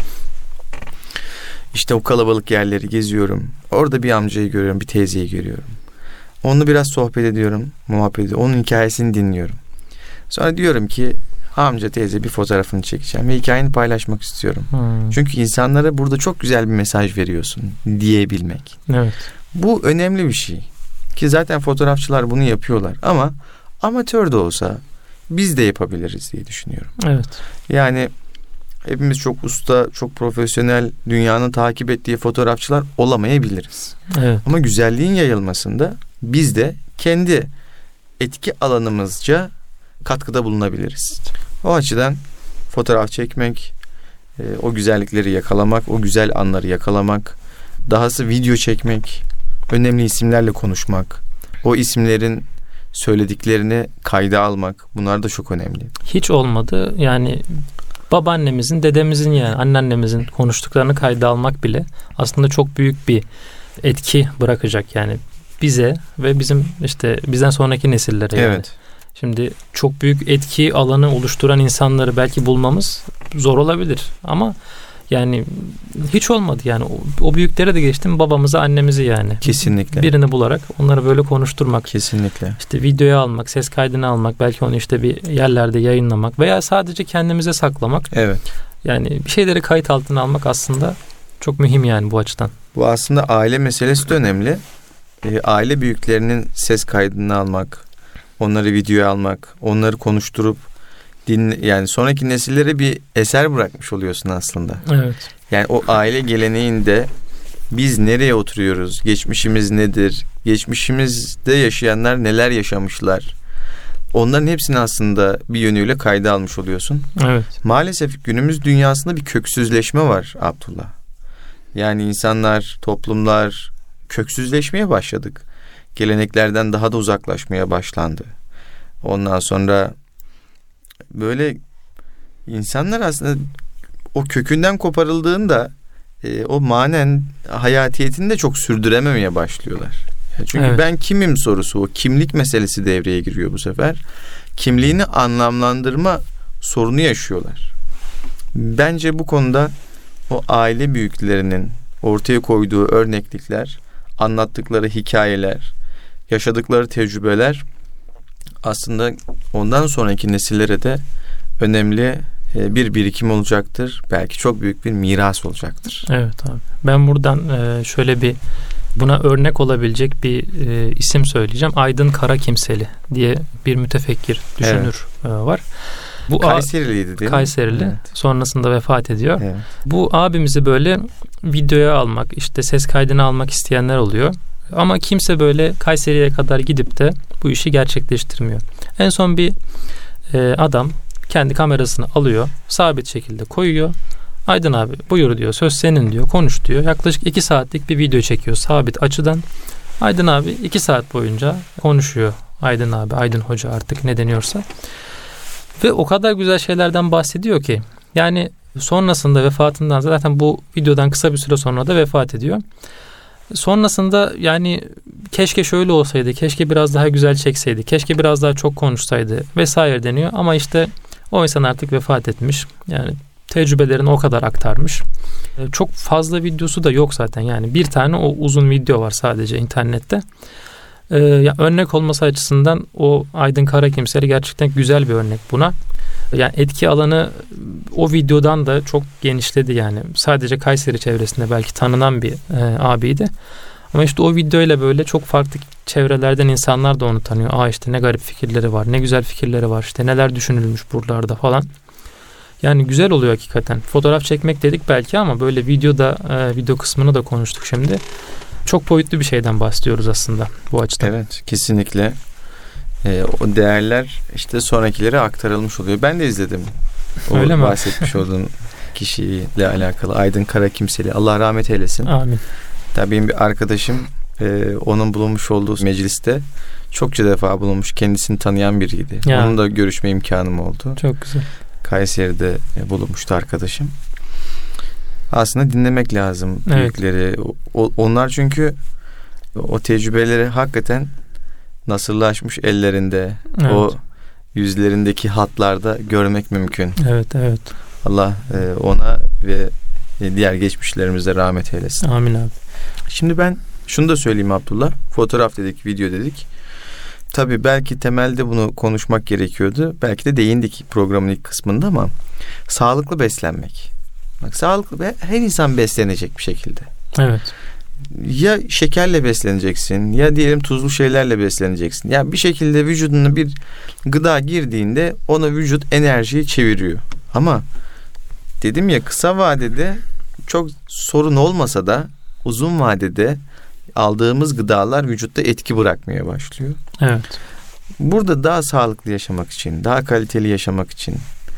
İşte o kalabalık yerleri geziyorum. Orada bir amcayı görüyorum, bir teyzeyi görüyorum. Onunla biraz sohbet ediyorum, muhabbet ediyorum. Onun hikayesini dinliyorum. Sonra diyorum ki amca teyze bir fotoğrafını çekeceğim ve hikayeni paylaşmak istiyorum. Hmm. Çünkü insanlara burada çok güzel bir mesaj veriyorsun diyebilmek. Evet. Bu önemli bir şey. Ki zaten fotoğrafçılar bunu yapıyorlar ama amatör de olsa biz de yapabiliriz diye düşünüyorum. Evet. Yani hepimiz çok usta, çok profesyonel, dünyanın takip ettiği fotoğrafçılar olamayabiliriz. Evet. Ama güzelliğin yayılmasında biz de kendi etki alanımızca katkıda bulunabiliriz. O açıdan fotoğraf çekmek, o güzellikleri yakalamak, o güzel anları yakalamak, dahası video çekmek, önemli isimlerle konuşmak, o isimlerin söylediklerini kayda almak, bunlar da çok önemli. Hiç olmadı yani babaannemizin, dedemizin yani anneannemizin konuştuklarını kayda almak bile aslında çok büyük bir etki bırakacak yani bize ve bizim işte bizden sonraki nesillere. Yani. Evet. Şimdi çok büyük etki alanı oluşturan insanları belki bulmamız zor olabilir ama yani hiç olmadı yani o, o büyüklere de geçtim babamızı annemizi yani. Kesinlikle. Birini bularak onları böyle konuşturmak. Kesinlikle. İşte videoya almak, ses kaydını almak, belki onu işte bir yerlerde yayınlamak veya sadece kendimize saklamak. Evet. Yani bir şeyleri kayıt altına almak aslında çok mühim yani bu açıdan. Bu aslında aile meselesi de önemli. E, aile büyüklerinin ses kaydını almak, onları videoya almak, onları konuşturup din yani sonraki nesillere bir eser bırakmış oluyorsun aslında. Evet. Yani o aile geleneğinde biz nereye oturuyoruz? Geçmişimiz nedir? Geçmişimizde yaşayanlar neler yaşamışlar? Onların hepsini aslında bir yönüyle kayda almış oluyorsun. Evet. Maalesef günümüz dünyasında bir köksüzleşme var Abdullah. Yani insanlar, toplumlar köksüzleşmeye başladık. Geleneklerden daha da uzaklaşmaya başlandı. Ondan sonra böyle insanlar aslında o kökünden koparıldığında e, o manen hayatiyetini de çok sürdürememeye başlıyorlar. Yani çünkü evet. Ben kimim sorusu, o kimlik meselesi devreye giriyor bu sefer. Kimliğini anlamlandırma sorunu yaşıyorlar. Bence bu konuda o aile büyüklerinin ortaya koyduğu örneklikler, anlattıkları hikayeler, yaşadıkları tecrübeler aslında ondan sonraki nesillere de önemli bir birikim olacaktır. Belki çok büyük bir miras olacaktır. Evet abi. Ben buradan şöyle bir buna örnek olabilecek bir isim söyleyeceğim. Aydın Karakimseli diye bir mütefekkir, düşünür evet. var. Bu Kayseriliydi değil mi? Kayserili. Evet. Sonrasında vefat ediyor. Evet. Bu abimizi böyle videoya almak, işte ses kaydını almak isteyenler oluyor. Ama kimse böyle Kayseri'ye kadar gidip de bu işi gerçekleştirmiyor. En son bir e, adam kendi kamerasını alıyor, sabit şekilde koyuyor. Aydın abi buyur diyor, söz senin diyor, konuş diyor. Yaklaşık iki saatlik bir video çekiyor sabit açıdan. Aydın abi iki saat boyunca konuşuyor. Aydın abi, Aydın Hoca artık ne deniyorsa. Ve o kadar güzel şeylerden bahsediyor ki. Yani sonrasında vefatından zaten bu videodan kısa bir süre sonra da vefat ediyor. Sonrasında yani keşke şöyle olsaydı, keşke biraz daha güzel çekseydi, keşke biraz daha çok konuşsaydı vesaire deniyor. Ama işte o insan artık vefat etmiş. Yani tecrübelerini o kadar aktarmış. Çok fazla videosu da yok zaten. Yani bir tane o uzun video var sadece internette. Ee, ya örnek olması açısından o Aydın Karakimseli gerçekten güzel bir örnek buna. Yani etki alanı o videodan da çok genişledi yani. Sadece Kayseri çevresinde belki tanınan bir e, abiydi. Ama işte o videoyla böyle çok farklı çevrelerden insanlar da onu tanıyor. Aa işte ne garip fikirleri var, ne güzel fikirleri var, işte neler düşünülmüş buralarda falan. Yani güzel oluyor hakikaten. Fotoğraf çekmek dedik belki ama böyle videoda e, video kısmını da konuştuk şimdi. Çok boyutlu bir şeyden bahsediyoruz aslında bu açıdan. Evet, kesinlikle. Ee, o değerler işte sonrakilere aktarılmış oluyor. Ben de izledim. O öyle mi? Bahsetmiş olduğun kişiyle alakalı. Aydın Karakimseli. Allah rahmet eylesin. Amin. Tabii benim bir arkadaşım e, onun bulunmuş olduğu mecliste çokça defa bulunmuş. Kendisini tanıyan biriydi. Ya. Onunla görüşme imkanım oldu. Çok güzel. Kayseri'de bulunmuştu arkadaşım. Aslında dinlemek lazım büyükleri. Evet. O, onlar çünkü o tecrübeleri hakikaten nasırlaşmış ellerinde, evet. o yüzlerindeki hatlarda görmek mümkün. Evet, evet. Allah e, ona ve diğer geçmişlerimize rahmet eylesin. Amin abi. Şimdi ben şunu da söyleyeyim Abdullah. Fotoğraf dedik, video dedik. Tabii belki temelde bunu konuşmak gerekiyordu. Belki de değindik programın ilk kısmında ama sağlıklı beslenmek. Bak, sağlıklı, her insan beslenecek bir şekilde. Evet. Ya şekerle besleneceksin ya diyelim tuzlu şeylerle besleneceksin. Yani bir şekilde vücuduna bir gıda girdiğinde ona vücut enerjiyi çeviriyor. Ama dedim ya, kısa vadede çok sorun olmasa da uzun vadede aldığımız gıdalar vücutta etki bırakmaya başlıyor. Evet. Burada daha sağlıklı yaşamak için, daha kaliteli yaşamak için,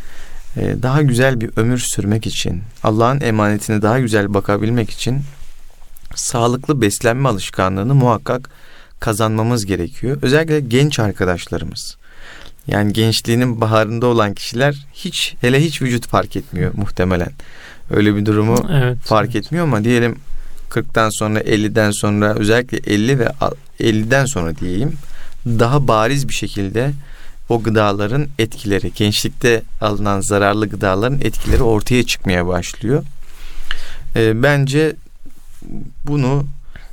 daha güzel bir ömür sürmek için, Allah'ın emanetine daha güzel bakabilmek için sağlıklı beslenme alışkanlığını muhakkak kazanmamız gerekiyor. Özellikle genç arkadaşlarımız. Yani gençliğinin baharında olan kişiler hiç, hele hiç vücut fark etmiyor muhtemelen. Öyle bir durumu evet, fark evet. etmiyor ama diyelim kırktan sonra, elliden sonra, özellikle elli ve elliden sonra diyeyim, daha bariz bir şekilde o gıdaların etkileri, gençlikte alınan zararlı gıdaların etkileri ortaya çıkmaya başlıyor. E, bence bunu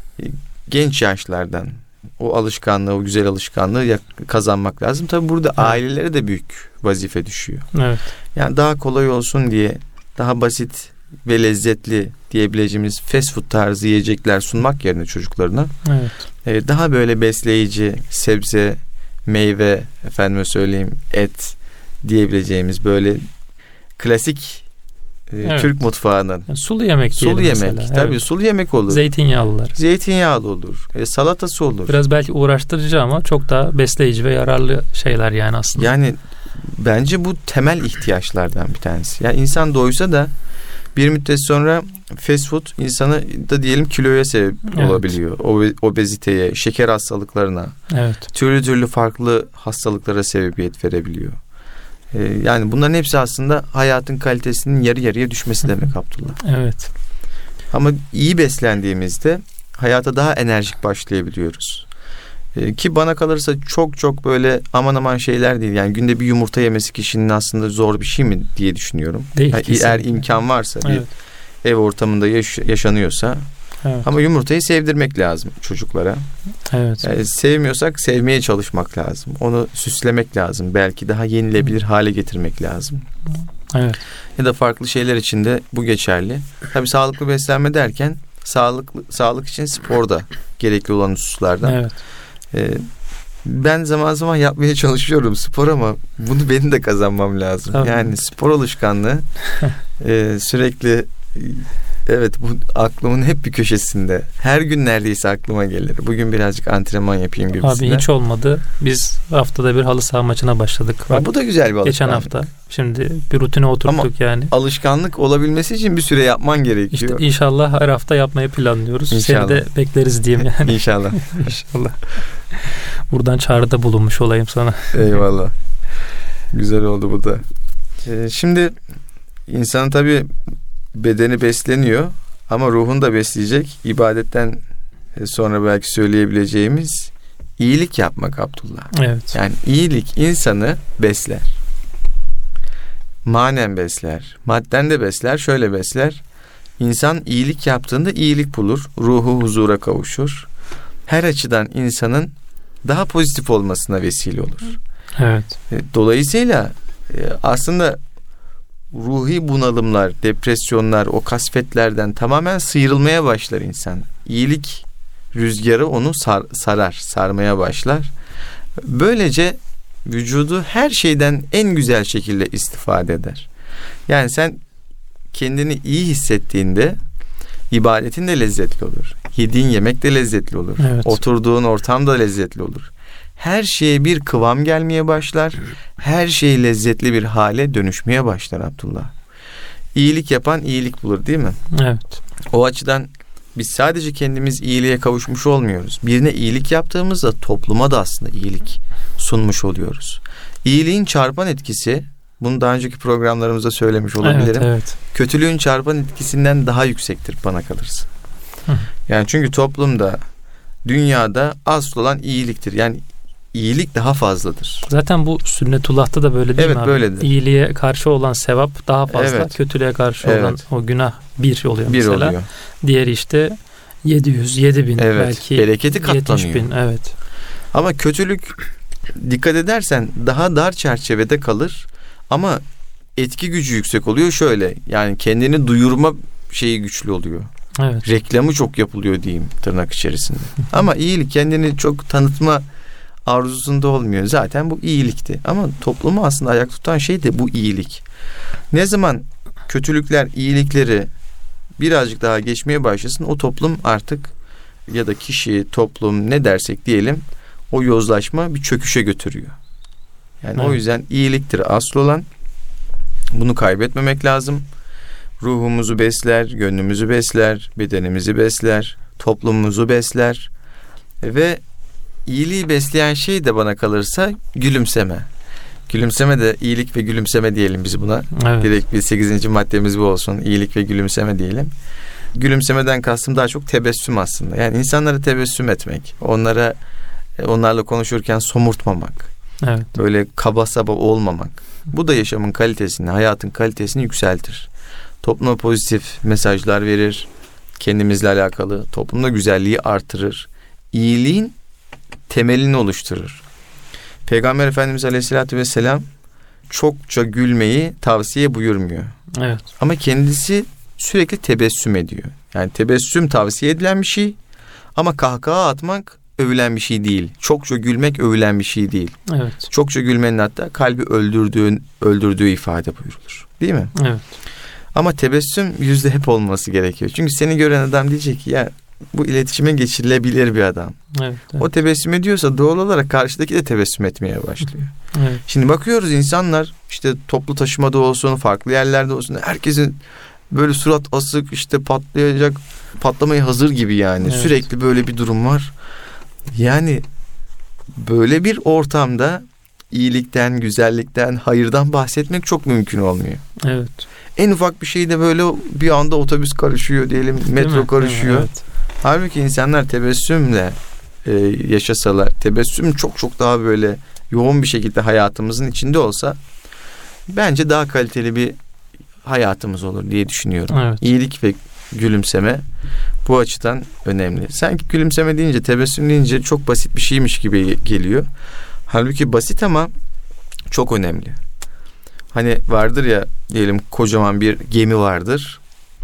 genç yaşlardan o alışkanlığı, o güzel alışkanlığı kazanmak lazım. Tabii burada evet. ailelere de büyük vazife düşüyor. Evet. Yani daha kolay olsun diye daha basit ve lezzetli diyebileceğimiz fast food tarzı yiyecekler sunmak yerine çocuklarına evet. e, daha böyle besleyici sebze, meyve, efendime söyleyeyim et diyebileceğimiz böyle klasik e, evet. Türk mutfağının yani sulu yemek sulu yemek mesela. tabii evet. sulu yemek olur. Zeytinyağlılar. Zeytinyağlı olur. E, salatası olur. Biraz belki uğraştırıcı ama çok daha besleyici ve yararlı şeyler yani aslında. Yani bence bu temel ihtiyaçlardan bir tanesi. Yani insan doysa da bir müddet sonra fast food insanı da diyelim kiloya sebep evet. olabiliyor. Obeziteye, şeker hastalıklarına, evet. türlü türlü farklı hastalıklara sebebiyet verebiliyor. Ee, yani bunların hepsi aslında hayatın kalitesinin yarı yarıya düşmesi demek Abdullah. Evet. Ama iyi beslendiğimizde hayata daha enerjik başlayabiliyoruz. Ee, ki bana kalırsa çok çok böyle aman aman şeyler değil. Yani günde bir yumurta yemesi kişinin aslında zor bir şey mi diye düşünüyorum. Değil, yani eğer imkan varsa evet. bir ev ortamında yaş- yaşanıyorsa evet. ama yumurtayı sevdirmek lazım çocuklara. Evet. Yani sevmiyorsak sevmeye çalışmak lazım. Onu süslemek lazım. Belki daha yenilebilir hale getirmek lazım. Evet. Ya da farklı şeyler için de bu geçerli. Tabii sağlıklı beslenme derken sağlıklı sağlık için spor da gerekli olan hususlardan. Evet. Ee, ben zaman zaman yapmaya çalışıyorum spor ama bunu benim de kazanmam lazım. Tabii. Yani spor alışkanlığı e, sürekli evet bu aklımın hep bir köşesinde. Her gün neredeyse aklıma gelir. Bugün birazcık antrenman yapayım gibisinden. Abi hiç olmadı. Biz haftada bir halı saha maçına başladık. Bak, bu da güzel bir alışkanlık. Geçen hafta. Şimdi bir rutine oturttuk ama yani. Alışkanlık olabilmesi için bir süre yapman gerekiyor. İşte inşallah her hafta yapmayı planlıyoruz. İnşallah. Seni de bekleriz diyeyim yani. İnşallah. İnşallah. Buradan çağrıda bulunmuş olayım sana. Eyvallah. Güzel oldu bu da. Ee, şimdi insanın tabii bedeni besleniyor ama ruhunu da besleyecek ibadetten sonra belki söyleyebileceğimiz iyilik yapmak Abdullah. Evet. Yani iyilik insanı besler. Manen besler. Madden de besler. Şöyle besler. İnsan iyilik yaptığında iyilik bulur. Ruhu huzura kavuşur. Her açıdan insanın daha pozitif olmasına vesile olur. Evet. Dolayısıyla aslında ruhi bunalımlar, depresyonlar, o kasvetlerden tamamen sıyrılmaya başlar insan. İyilik rüzgarı onu sar, sarar, sarmaya başlar. Böylece vücudu her şeyden en güzel şekilde istifade eder. Yani sen kendini iyi hissettiğinde ibadetin de lezzetli olur. Yediğin yemek de lezzetli olur. Evet. Oturduğun ortam da lezzetli olur. Her şeye bir kıvam gelmeye başlar. Her şey lezzetli bir hale dönüşmeye başlar Abdullah. İyilik yapan iyilik bulur, değil mi? Evet. O açıdan biz sadece kendimiz iyiliğe kavuşmuş olmuyoruz. Birine iyilik yaptığımızda topluma da aslında iyilik sunmuş oluyoruz. İyiliğin çarpan etkisi, bunu daha önceki programlarımızda söylemiş olabilirim. Evet, evet. Kötülüğün çarpan etkisinden daha yüksektir bana kalırsa. Hı. Yani çünkü toplumda, dünyada asıl olan iyiliktir. Yani iyilik daha fazladır. Zaten bu Sünnetullah'ta da böyle değil evet, mi abi? Böyledir. İyiliğe karşı olan sevap daha fazla. Evet. Kötülüğe karşı evet. olan o günah bir oluyor bir mesela. Oluyor. Diğeri işte yedi yüz, yedi bin evet. belki. Bereketi katlanıyor. yetmiş bin, evet. Ama kötülük, dikkat edersen daha dar çerçevede kalır ama etki gücü yüksek oluyor şöyle. Yani kendini duyurma şeyi güçlü oluyor. Evet. Reklamı çok yapılıyor diyeyim tırnak içerisinde. Ama iyilik kendini çok tanıtma arzusunda olmuyor. Zaten bu iyilikti. Ama toplumu aslında ayakta tutan şey de bu iyilik. Ne zaman kötülükler iyilikleri birazcık daha geçmeye başlasın, o toplum artık, ya da kişi, toplum ne dersek diyelim, o yozlaşma bir çöküşe götürüyor. Yani evet. O yüzden iyiliktir asıl olan. Bunu kaybetmemek lazım. Ruhumuzu besler, gönlümüzü besler, bedenimizi besler, toplumumuzu besler ve iyiliği besleyen şey de bana kalırsa gülümseme. Gülümseme de iyilik ve gülümseme diyelim biz buna. Evet. Direkt bir sekizinci maddemiz bu olsun. İyilik ve gülümseme diyelim. Gülümsemeden kastım daha çok tebessüm aslında. Yani insanlara tebessüm etmek, onlara onlarla konuşurken somurtmamak, evet. Böyle kaba saba olmamak. Bu da yaşamın kalitesini, hayatın kalitesini yükseltir. Topluma pozitif mesajlar verir. Kendimizle alakalı toplumda güzelliği artırır. İyiliğin temelini oluşturur. Peygamber Efendimiz Aleyhisselatü Vesselam çokça gülmeyi tavsiye buyurmuyor. Evet. Ama kendisi sürekli tebessüm ediyor. Yani tebessüm tavsiye edilen bir şey ama kahkaha atmak övülen bir şey değil. Çokça gülmek övülen bir şey değil. Evet. Çokça gülmenin hatta kalbi öldürdüğün, öldürdüğü ifade buyurulur. Değil mi? Evet. Ama tebessüm yüzde hep olması gerekiyor. Çünkü seni gören adam diyecek ki ya bu iletişime geçirilebilir bir adam. Evet, evet. O tebessüm ediyorsa doğal olarak karşıdaki de tebessüm etmeye başlıyor. Evet. Şimdi bakıyoruz insanlar işte toplu taşımada olsun, farklı yerlerde olsun, herkesin böyle surat asık, işte patlayacak, patlamaya hazır gibi yani. Evet. Sürekli böyle bir durum var. Yani böyle bir ortamda iyilikten, güzellikten, hayırdan bahsetmek çok mümkün olmuyor. Evet. En ufak bir şeyde böyle bir anda otobüs karışıyor diyelim, metro karışıyor. Evet. Halbuki insanlar tebessümle e, yaşasalar, tebessüm çok çok daha böyle yoğun bir şekilde hayatımızın içinde olsa bence daha kaliteli bir hayatımız olur diye düşünüyorum. Evet. İyilik ve gülümseme bu açıdan önemli. Sanki gülümseme deyince, tebessüm deyince çok basit bir şeymiş gibi geliyor. Halbuki basit ama çok önemli. Hani vardır ya, diyelim kocaman bir gemi vardır.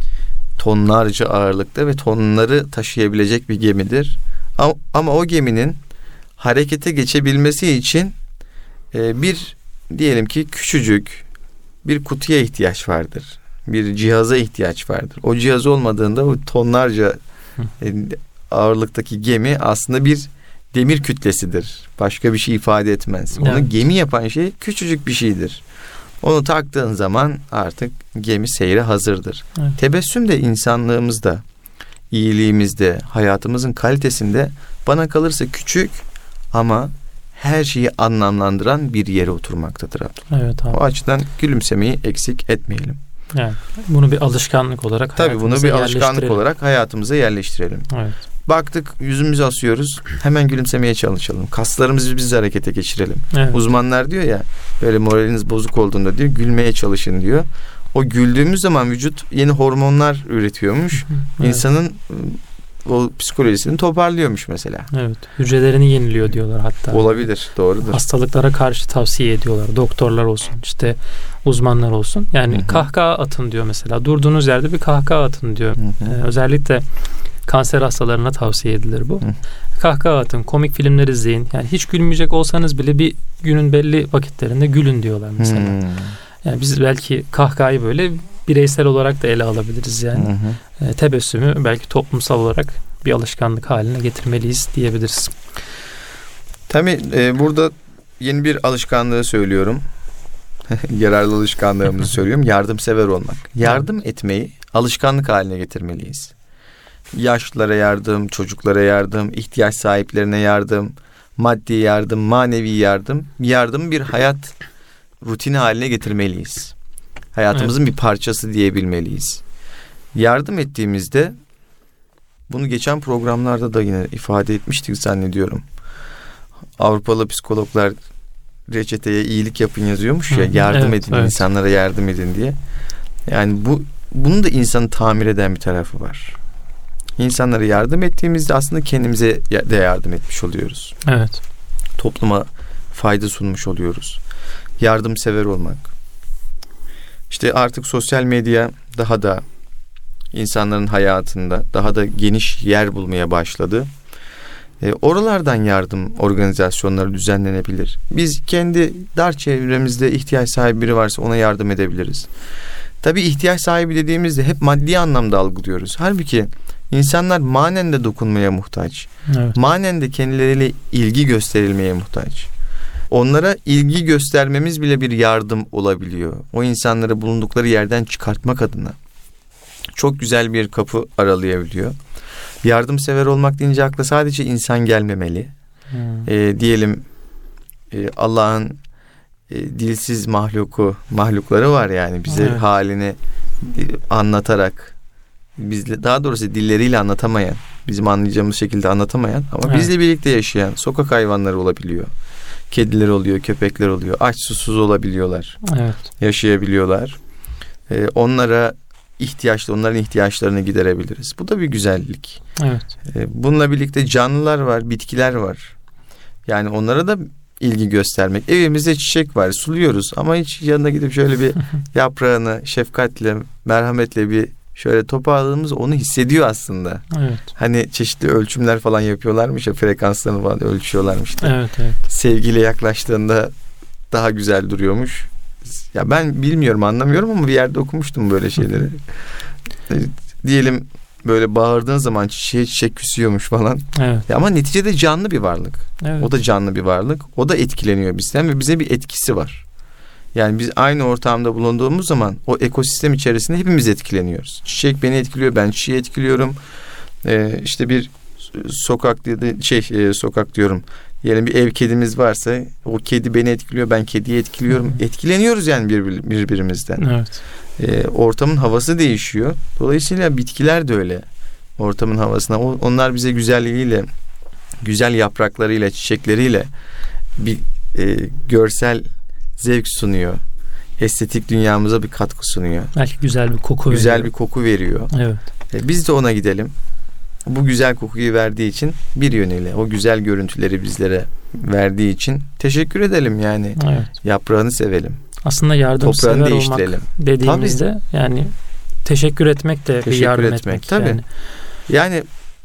Tonlarca ağırlıkta ve tonları taşıyabilecek bir gemidir. Ama, ama o geminin harekete geçebilmesi için e, bir diyelim ki küçücük bir kutuya ihtiyaç vardır. Bir cihaza ihtiyaç vardır. O cihaz olmadığında o tonlarca e, ağırlıktaki gemi aslında bir demir kütlesidir. Başka bir şey ifade etmez. Onu evet. Gemi yapan şey küçücük bir şeydir. Onu taktığın zaman artık gemi seyre hazırdır. Evet. Tebessüm de insanlığımızda, iyiliğimizde, hayatımızın kalitesinde bana kalırsa küçük ama her şeyi anlamlandıran bir yere oturmaktadır. Evet abi. O açıdan gülümsemeyi eksik etmeyelim. Evet. Bunu bir alışkanlık olarak Tabii bunu bir alışkanlık olarak hayatımıza yerleştirelim. Evet. Baktık yüzümüzü asıyoruz, hemen gülümsemeye çalışalım. Kaslarımızı biz harekete geçirelim. Evet. Uzmanlar diyor ya, böyle moraliniz bozuk olduğunda diyor gülmeye çalışın diyor. O güldüğümüz zaman vücut yeni hormonlar üretiyormuş. Evet. İnsanın o psikolojisini toparlıyormuş mesela. Evet. Hücrelerini yeniliyor diyorlar hatta. Olabilir, doğrudur. Hastalıklara karşı tavsiye ediyorlar. Doktorlar olsun, işte uzmanlar olsun. Yani Hı-hı. kahkaha atın diyor mesela. Durduğunuz yerde bir kahkaha atın diyor. Ee, özellikle kanser hastalarına tavsiye edilir bu. Hı. Kahkaha atın, komik filmler izleyin. Yani hiç gülmeyecek olsanız bile bir günün belli vakitlerinde gülün diyorlar mesela. Hı. Yani biz belki kahkahayı böyle bireysel olarak da ele alabiliriz yani. Hı hı. E, tebessümü belki toplumsal olarak bir alışkanlık haline getirmeliyiz diyebiliriz. Tabii e, burada yeni bir alışkanlığı söylüyorum. yararlı alışkanlığımızı söylüyorum. Yardımsever olmak. Yardım etmeyi alışkanlık haline getirmeliyiz. Yaşlılara yardım, çocuklara yardım, ihtiyaç sahiplerine yardım, maddi yardım, manevi yardım. Yardım bir hayat rutini haline getirmeliyiz. Hayatımızın evet. bir parçası diyebilmeliyiz. Yardım ettiğimizde, bunu geçen programlarda da yine ifade etmiştik zannediyorum. Avrupalı psikologlar reçeteye iyilik yapın yazıyormuş ya, yardım evet, edin, evet. insanlara yardım edin diye. Yani bu bunun da insanı tamir eden bir tarafı var. İnsanlara yardım ettiğimizde aslında kendimize de yardım etmiş oluyoruz. Evet. Topluma fayda sunmuş oluyoruz. Yardımsever olmak. İşte artık sosyal medya daha da insanların hayatında daha da geniş yer bulmaya başladı. E, oralardan yardım organizasyonları düzenlenebilir. Biz kendi dar çevremizde ihtiyaç sahibi biri varsa ona yardım edebiliriz. Tabii ihtiyaç sahibi dediğimizde hep maddi anlamda algılıyoruz. Halbuki insanlar manen de dokunmaya muhtaç. Evet. Manen de kendileriyle ilgi gösterilmeye muhtaç. Onlara ilgi göstermemiz bile bir yardım olabiliyor. O insanları bulundukları yerden çıkartmak adına. Çok güzel bir kapı aralayabiliyor. Yardımsever olmak deyince akla sadece insan gelmemeli. Hmm. E, diyelim e, Allah'ın e, dilsiz mahluku, mahlukları var yani bize evet. halini e, anlatarak, bizle, daha doğrusu dilleriyle anlatamayan, bizim anlayacağımız şekilde anlatamayan ama evet. bizle birlikte yaşayan sokak hayvanları olabiliyor. Kediler oluyor, köpekler oluyor, aç susuz olabiliyorlar, evet. yaşayabiliyorlar. E, onlara ihtiyaçlı, onların ihtiyaçlarını giderebiliriz. Bu da bir güzellik. Evet. Bununla birlikte canlılar var, bitkiler var. Yani onlara da ilgi göstermek. Evimizde çiçek var, suluyoruz ama hiç yanına gidip şöyle bir yaprağını şefkatle, merhametle bir şöyle toparladığımız onu hissediyor aslında. Evet. Hani çeşitli ölçümler falan yapıyorlarmış ya, frekanslarını falan ölçüyorlarmış da. Evet, evet. Sevgiyle yaklaştığında daha güzel duruyormuş. Ya ben bilmiyorum, anlamıyorum ama bir yerde okumuştum böyle şeyleri. Diyelim böyle bağırdığın zaman çiçeğe çiçek küsüyormuş falan. Evet. Ya ama neticede canlı bir varlık. Evet. O da canlı bir varlık. O da etkileniyor bizden ve bize bir etkisi var. Yani biz aynı ortamda bulunduğumuz zaman o ekosistem içerisinde hepimiz etkileniyoruz. Çiçek beni etkiliyor, ben çiçeği etkiliyorum. Ee, işte bir sokak dedi şey e, sokak diyorum. Diyelim bir ev kedimiz varsa o kedi beni etkiliyor, ben kediyi etkiliyorum. Hı. Etkileniyoruz yani bir, birbirimizden. Evet. Ee, ortamın havası değişiyor. Dolayısıyla bitkiler de öyle. Ortamın havasına. O, onlar bize güzelliğiyle, güzel yapraklarıyla, çiçekleriyle bir e, görsel zevk sunuyor. Estetik dünyamıza bir katkı sunuyor. Belki güzel bir koku güzel veriyor. bir koku veriyor. Evet. E, biz de ona gidelim. Bu güzel kokuyu verdiği için bir yönüyle o güzel görüntüleri bizlere verdiği için teşekkür edelim yani. Evet. Yaprağını sevelim. Aslında yardımsever olmak dediğimizde tabii. yani teşekkür etmek de teşekkür bir yardım etmek. etmek tabii. Yani. yani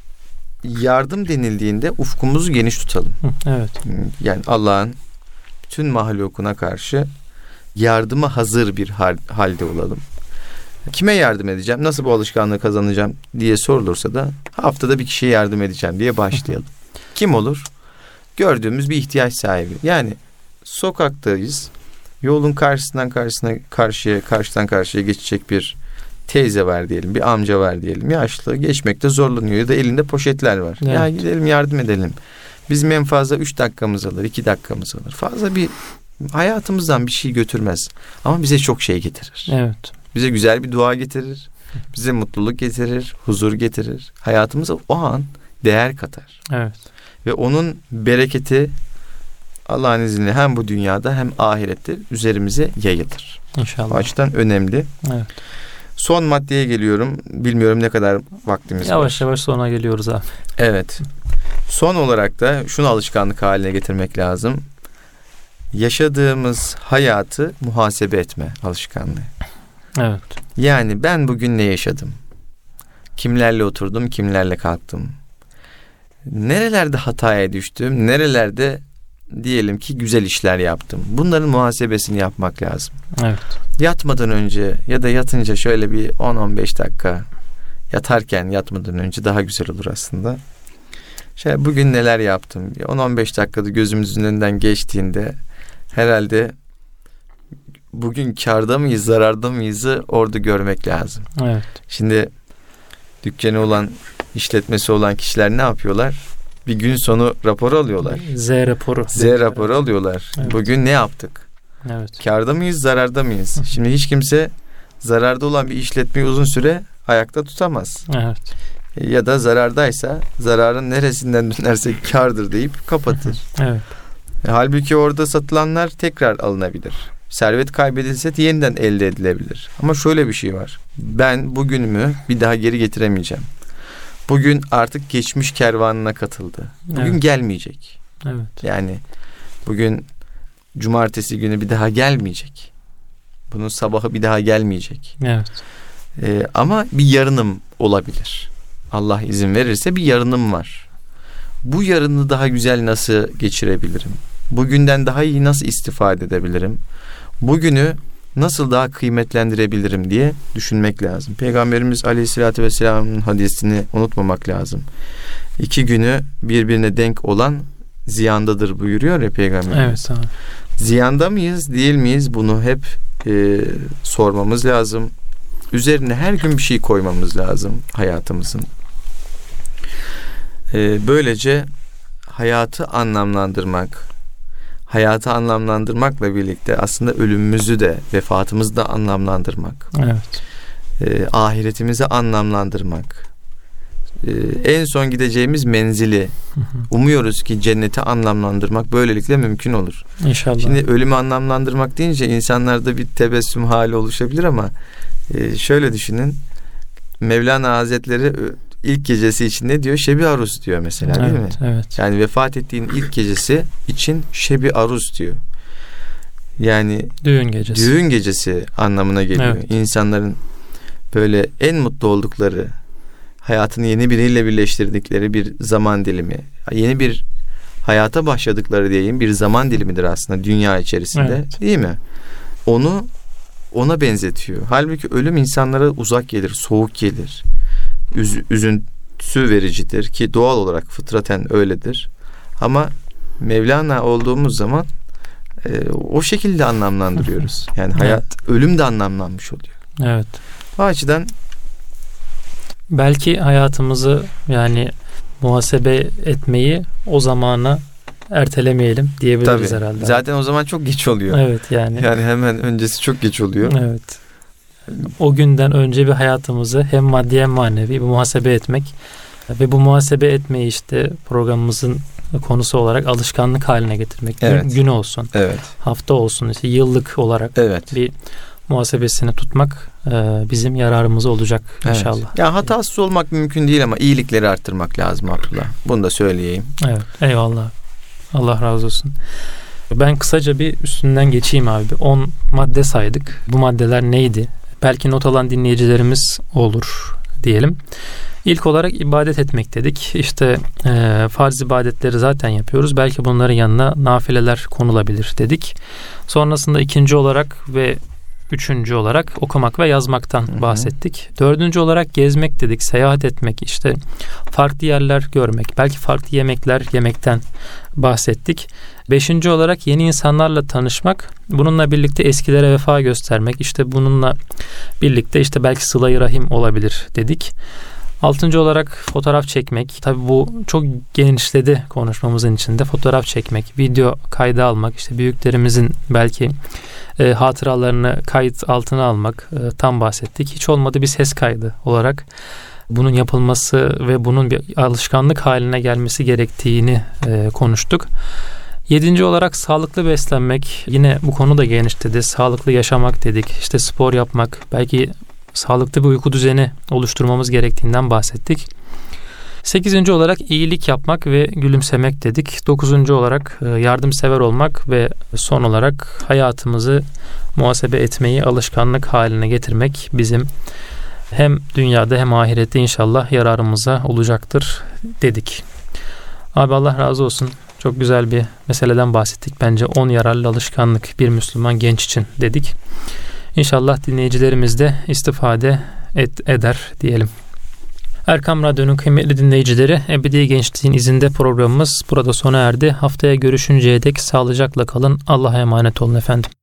yardım denildiğinde ufkumuzu geniş tutalım. Evet. Yani Allah'ın bütün mahlukuna karşı yardıma hazır bir hal, halde olalım. Kime yardım edeceğim, nasıl bu alışkanlığı kazanacağım diye sorulursa da haftada bir kişiye yardım edeceğim diye başlayalım. Kim olur? Gördüğümüz bir ihtiyaç sahibi. Yani sokaktayız. Yolun karşısından karşısına karşıya karşıdan karşıya geçecek bir teyze var diyelim, bir amca var diyelim. Yaşlı, geçmekte zorlanıyor ya da elinde poşetler var. Evet. Ya gidelim yardım edelim. Bizim en fazla üç dakikamız alır, iki dakikamız alır. Fazla bir hayatımızdan bir şey götürmez. Ama bize çok şey getirir. Evet. Bize güzel bir dua getirir. Bize mutluluk getirir, huzur getirir. Hayatımıza o an değer katar. Evet. Ve onun bereketi Allah'ın izniyle hem bu dünyada hem ahirette üzerimize yayılır. İnşallah. O açıdan önemli. Evet. Son maddeye geliyorum. Bilmiyorum ne kadar vaktimiz yavaş var. Yavaş yavaş sona geliyoruz abi. Evet. Son olarak da şunu alışkanlık haline getirmek lazım. Yaşadığımız hayatı muhasebe etme alışkanlığı. Evet. Yani ben bugün ne yaşadım? Kimlerle oturdum, kimlerle kalktım? Nerelerde hataya düştüm? Nerelerde diyelim ki güzel işler yaptım? Bunların muhasebesini yapmak lazım. Evet. Yatmadan önce ya da yatınca şöyle bir on on beş dakika yatarken yatmadan önce daha güzel olur aslında. Şöyle bugün neler yaptım? on on beş dakikada gözümüzün önünden geçtiğinde herhalde bugün kârda mıyız, zararda mıyızı orada görmek lazım. Evet. Şimdi dükkanı olan, işletmesi olan kişiler ne yapıyorlar? Bir gün sonu raporu alıyorlar. Z raporu. Z raporu alıyorlar. Evet. Bugün ne yaptık? Evet. Kârda mıyız, zararda mıyız? Şimdi hiç kimse zararda olan bir işletmeyi uzun süre ayakta tutamaz. Evet. Ya da zarardaysa zararın neresinden dönersek kârdır deyip kapatır. Evet. Halbuki orada satılanlar tekrar alınabilir. Servet kaybedilse de yeniden elde edilebilir. Ama şöyle bir şey var. Ben bugünümü bir daha geri getiremeyeceğim. Bugün artık geçmiş kervanına katıldı. Bugün evet. gelmeyecek. Evet. Yani bugün cumartesi günü bir daha gelmeyecek. Bunun sabahı bir daha gelmeyecek. Evet. Ee, ama bir yarınım olabilir. Allah izin verirse bir yarınım var. Bu yarını daha güzel nasıl geçirebilirim? Bugünden daha iyi nasıl istifade edebilirim? Bugünü nasıl daha kıymetlendirebilirim diye düşünmek lazım. Peygamberimiz Aleyhisselatü Vesselam'ın hadisini unutmamak lazım. İki günü birbirine denk olan ziyandadır buyuruyor ya Peygamberimiz. Evet, abi. Ziyanda mıyız, değil miyiz? Bunu hep e, sormamız lazım. Üzerine her gün bir şey koymamız lazım hayatımızın. E, böylece hayatı anlamlandırmak, hayatı anlamlandırmakla birlikte aslında ölümümüzü de, vefatımızı da anlamlandırmak. Evet. E, ahiretimizi anlamlandırmak. E, en son gideceğimiz menzili, hı hı. umuyoruz ki cenneti anlamlandırmak böylelikle mümkün olur. İnşallah. Şimdi ölümü anlamlandırmak deyince insanlarda bir tebessüm hali oluşabilir ama e, şöyle düşünün. Mevlana Hazretleri ilk gecesi için ne diyor? Şebi aruz diyor mesela, değil evet, mi? Evet. Yani vefat ettiğin ilk gecesi için şebi aruz diyor. Yani düğün gecesi. Düğün gecesi anlamına geliyor. Evet. İnsanların böyle en mutlu oldukları, hayatını yeni biriyle birleştirdikleri bir zaman dilimi, yeni bir hayata başladıkları diyeyim bir zaman dilimidir aslında dünya içerisinde, evet. değil mi? Onu ona benzetiyor. Halbuki ölüm insanlara uzak gelir, soğuk gelir. Üz, üzüntü vericidir ki doğal olarak fıtraten öyledir. Ama Mevlana olduğumuz zaman e, o şekilde anlamlandırıyoruz. Yani hayat, evet. ölüm de anlamlanmış oluyor. Evet. O açıdan belki hayatımızı yani muhasebe etmeyi o zamana ertelemeyelim diyebiliriz tabii, herhalde. Zaten o zaman çok geç oluyor. Evet yani. Yani hemen öncesi çok geç oluyor. Evet. O günden önce bir hayatımızı hem maddi hem manevi bir muhasebe etmek ve bu muhasebe etmeyi işte programımızın konusu olarak alışkanlık haline getirmek. Evet. Gün, gün olsun. Evet. Hafta olsun. İşte yıllık olarak evet. bir muhasebesini tutmak e, bizim yararımıza olacak evet. inşallah. Ya hatasız olmak mümkün değil ama iyilikleri arttırmak lazım Abdullah. Bunu da söyleyeyim. Evet. Eyvallah. Allah razı olsun. Ben kısaca bir üstünden geçeyim abi. on madde saydık. Bu maddeler neydi? Belki not alan dinleyicilerimiz olur diyelim. İlk olarak ibadet etmek dedik. İşte e, farz ibadetleri zaten yapıyoruz. Belki bunların yanına nafileler konulabilir dedik. Sonrasında ikinci olarak ve üçüncü olarak okumak ve yazmaktan hı hı. bahsettik. Dördüncü olarak gezmek dedik, seyahat etmek, işte farklı yerler görmek, belki farklı yemekler yemekten bahsettik. Beşinci olarak yeni insanlarla tanışmak, bununla birlikte eskilere vefa göstermek, işte bununla birlikte işte belki sıla-i rahim olabilir dedik. Altıncı olarak fotoğraf çekmek. Tabii bu çok genişledi konuşmamızın içinde. Fotoğraf çekmek, video kaydı almak, işte büyüklerimizin belki e, hatıralarını kayıt altına almak e, tam bahsettik. Hiç olmadı bir ses kaydı olarak bunun yapılması ve bunun bir alışkanlık haline gelmesi gerektiğini e, konuştuk. Yedinci olarak sağlıklı beslenmek. Yine bu konu da genişledi. Sağlıklı yaşamak dedik. İşte spor yapmak, belki sağlıklı bir uyku düzeni oluşturmamız gerektiğinden bahsettik. Sekizinci olarak iyilik yapmak ve gülümsemek dedik. Dokuzuncu olarak yardımsever olmak ve son olarak hayatımızı muhasebe etmeyi alışkanlık haline getirmek bizim hem dünyada hem ahirette inşallah yararımıza olacaktır dedik. Abi Allah razı olsun. Çok güzel bir meseleden bahsettik. Bence on yararlı alışkanlık bir Müslüman genç için dedik. İnşallah dinleyicilerimiz de istifade et, eder diyelim. Erkam Radyo'nun kıymetli dinleyicileri, Ebedi Gençliğin izinde programımız burada sona erdi. Haftaya görüşünceye dek sağlıcakla kalın. Allah'a emanet olun efendim.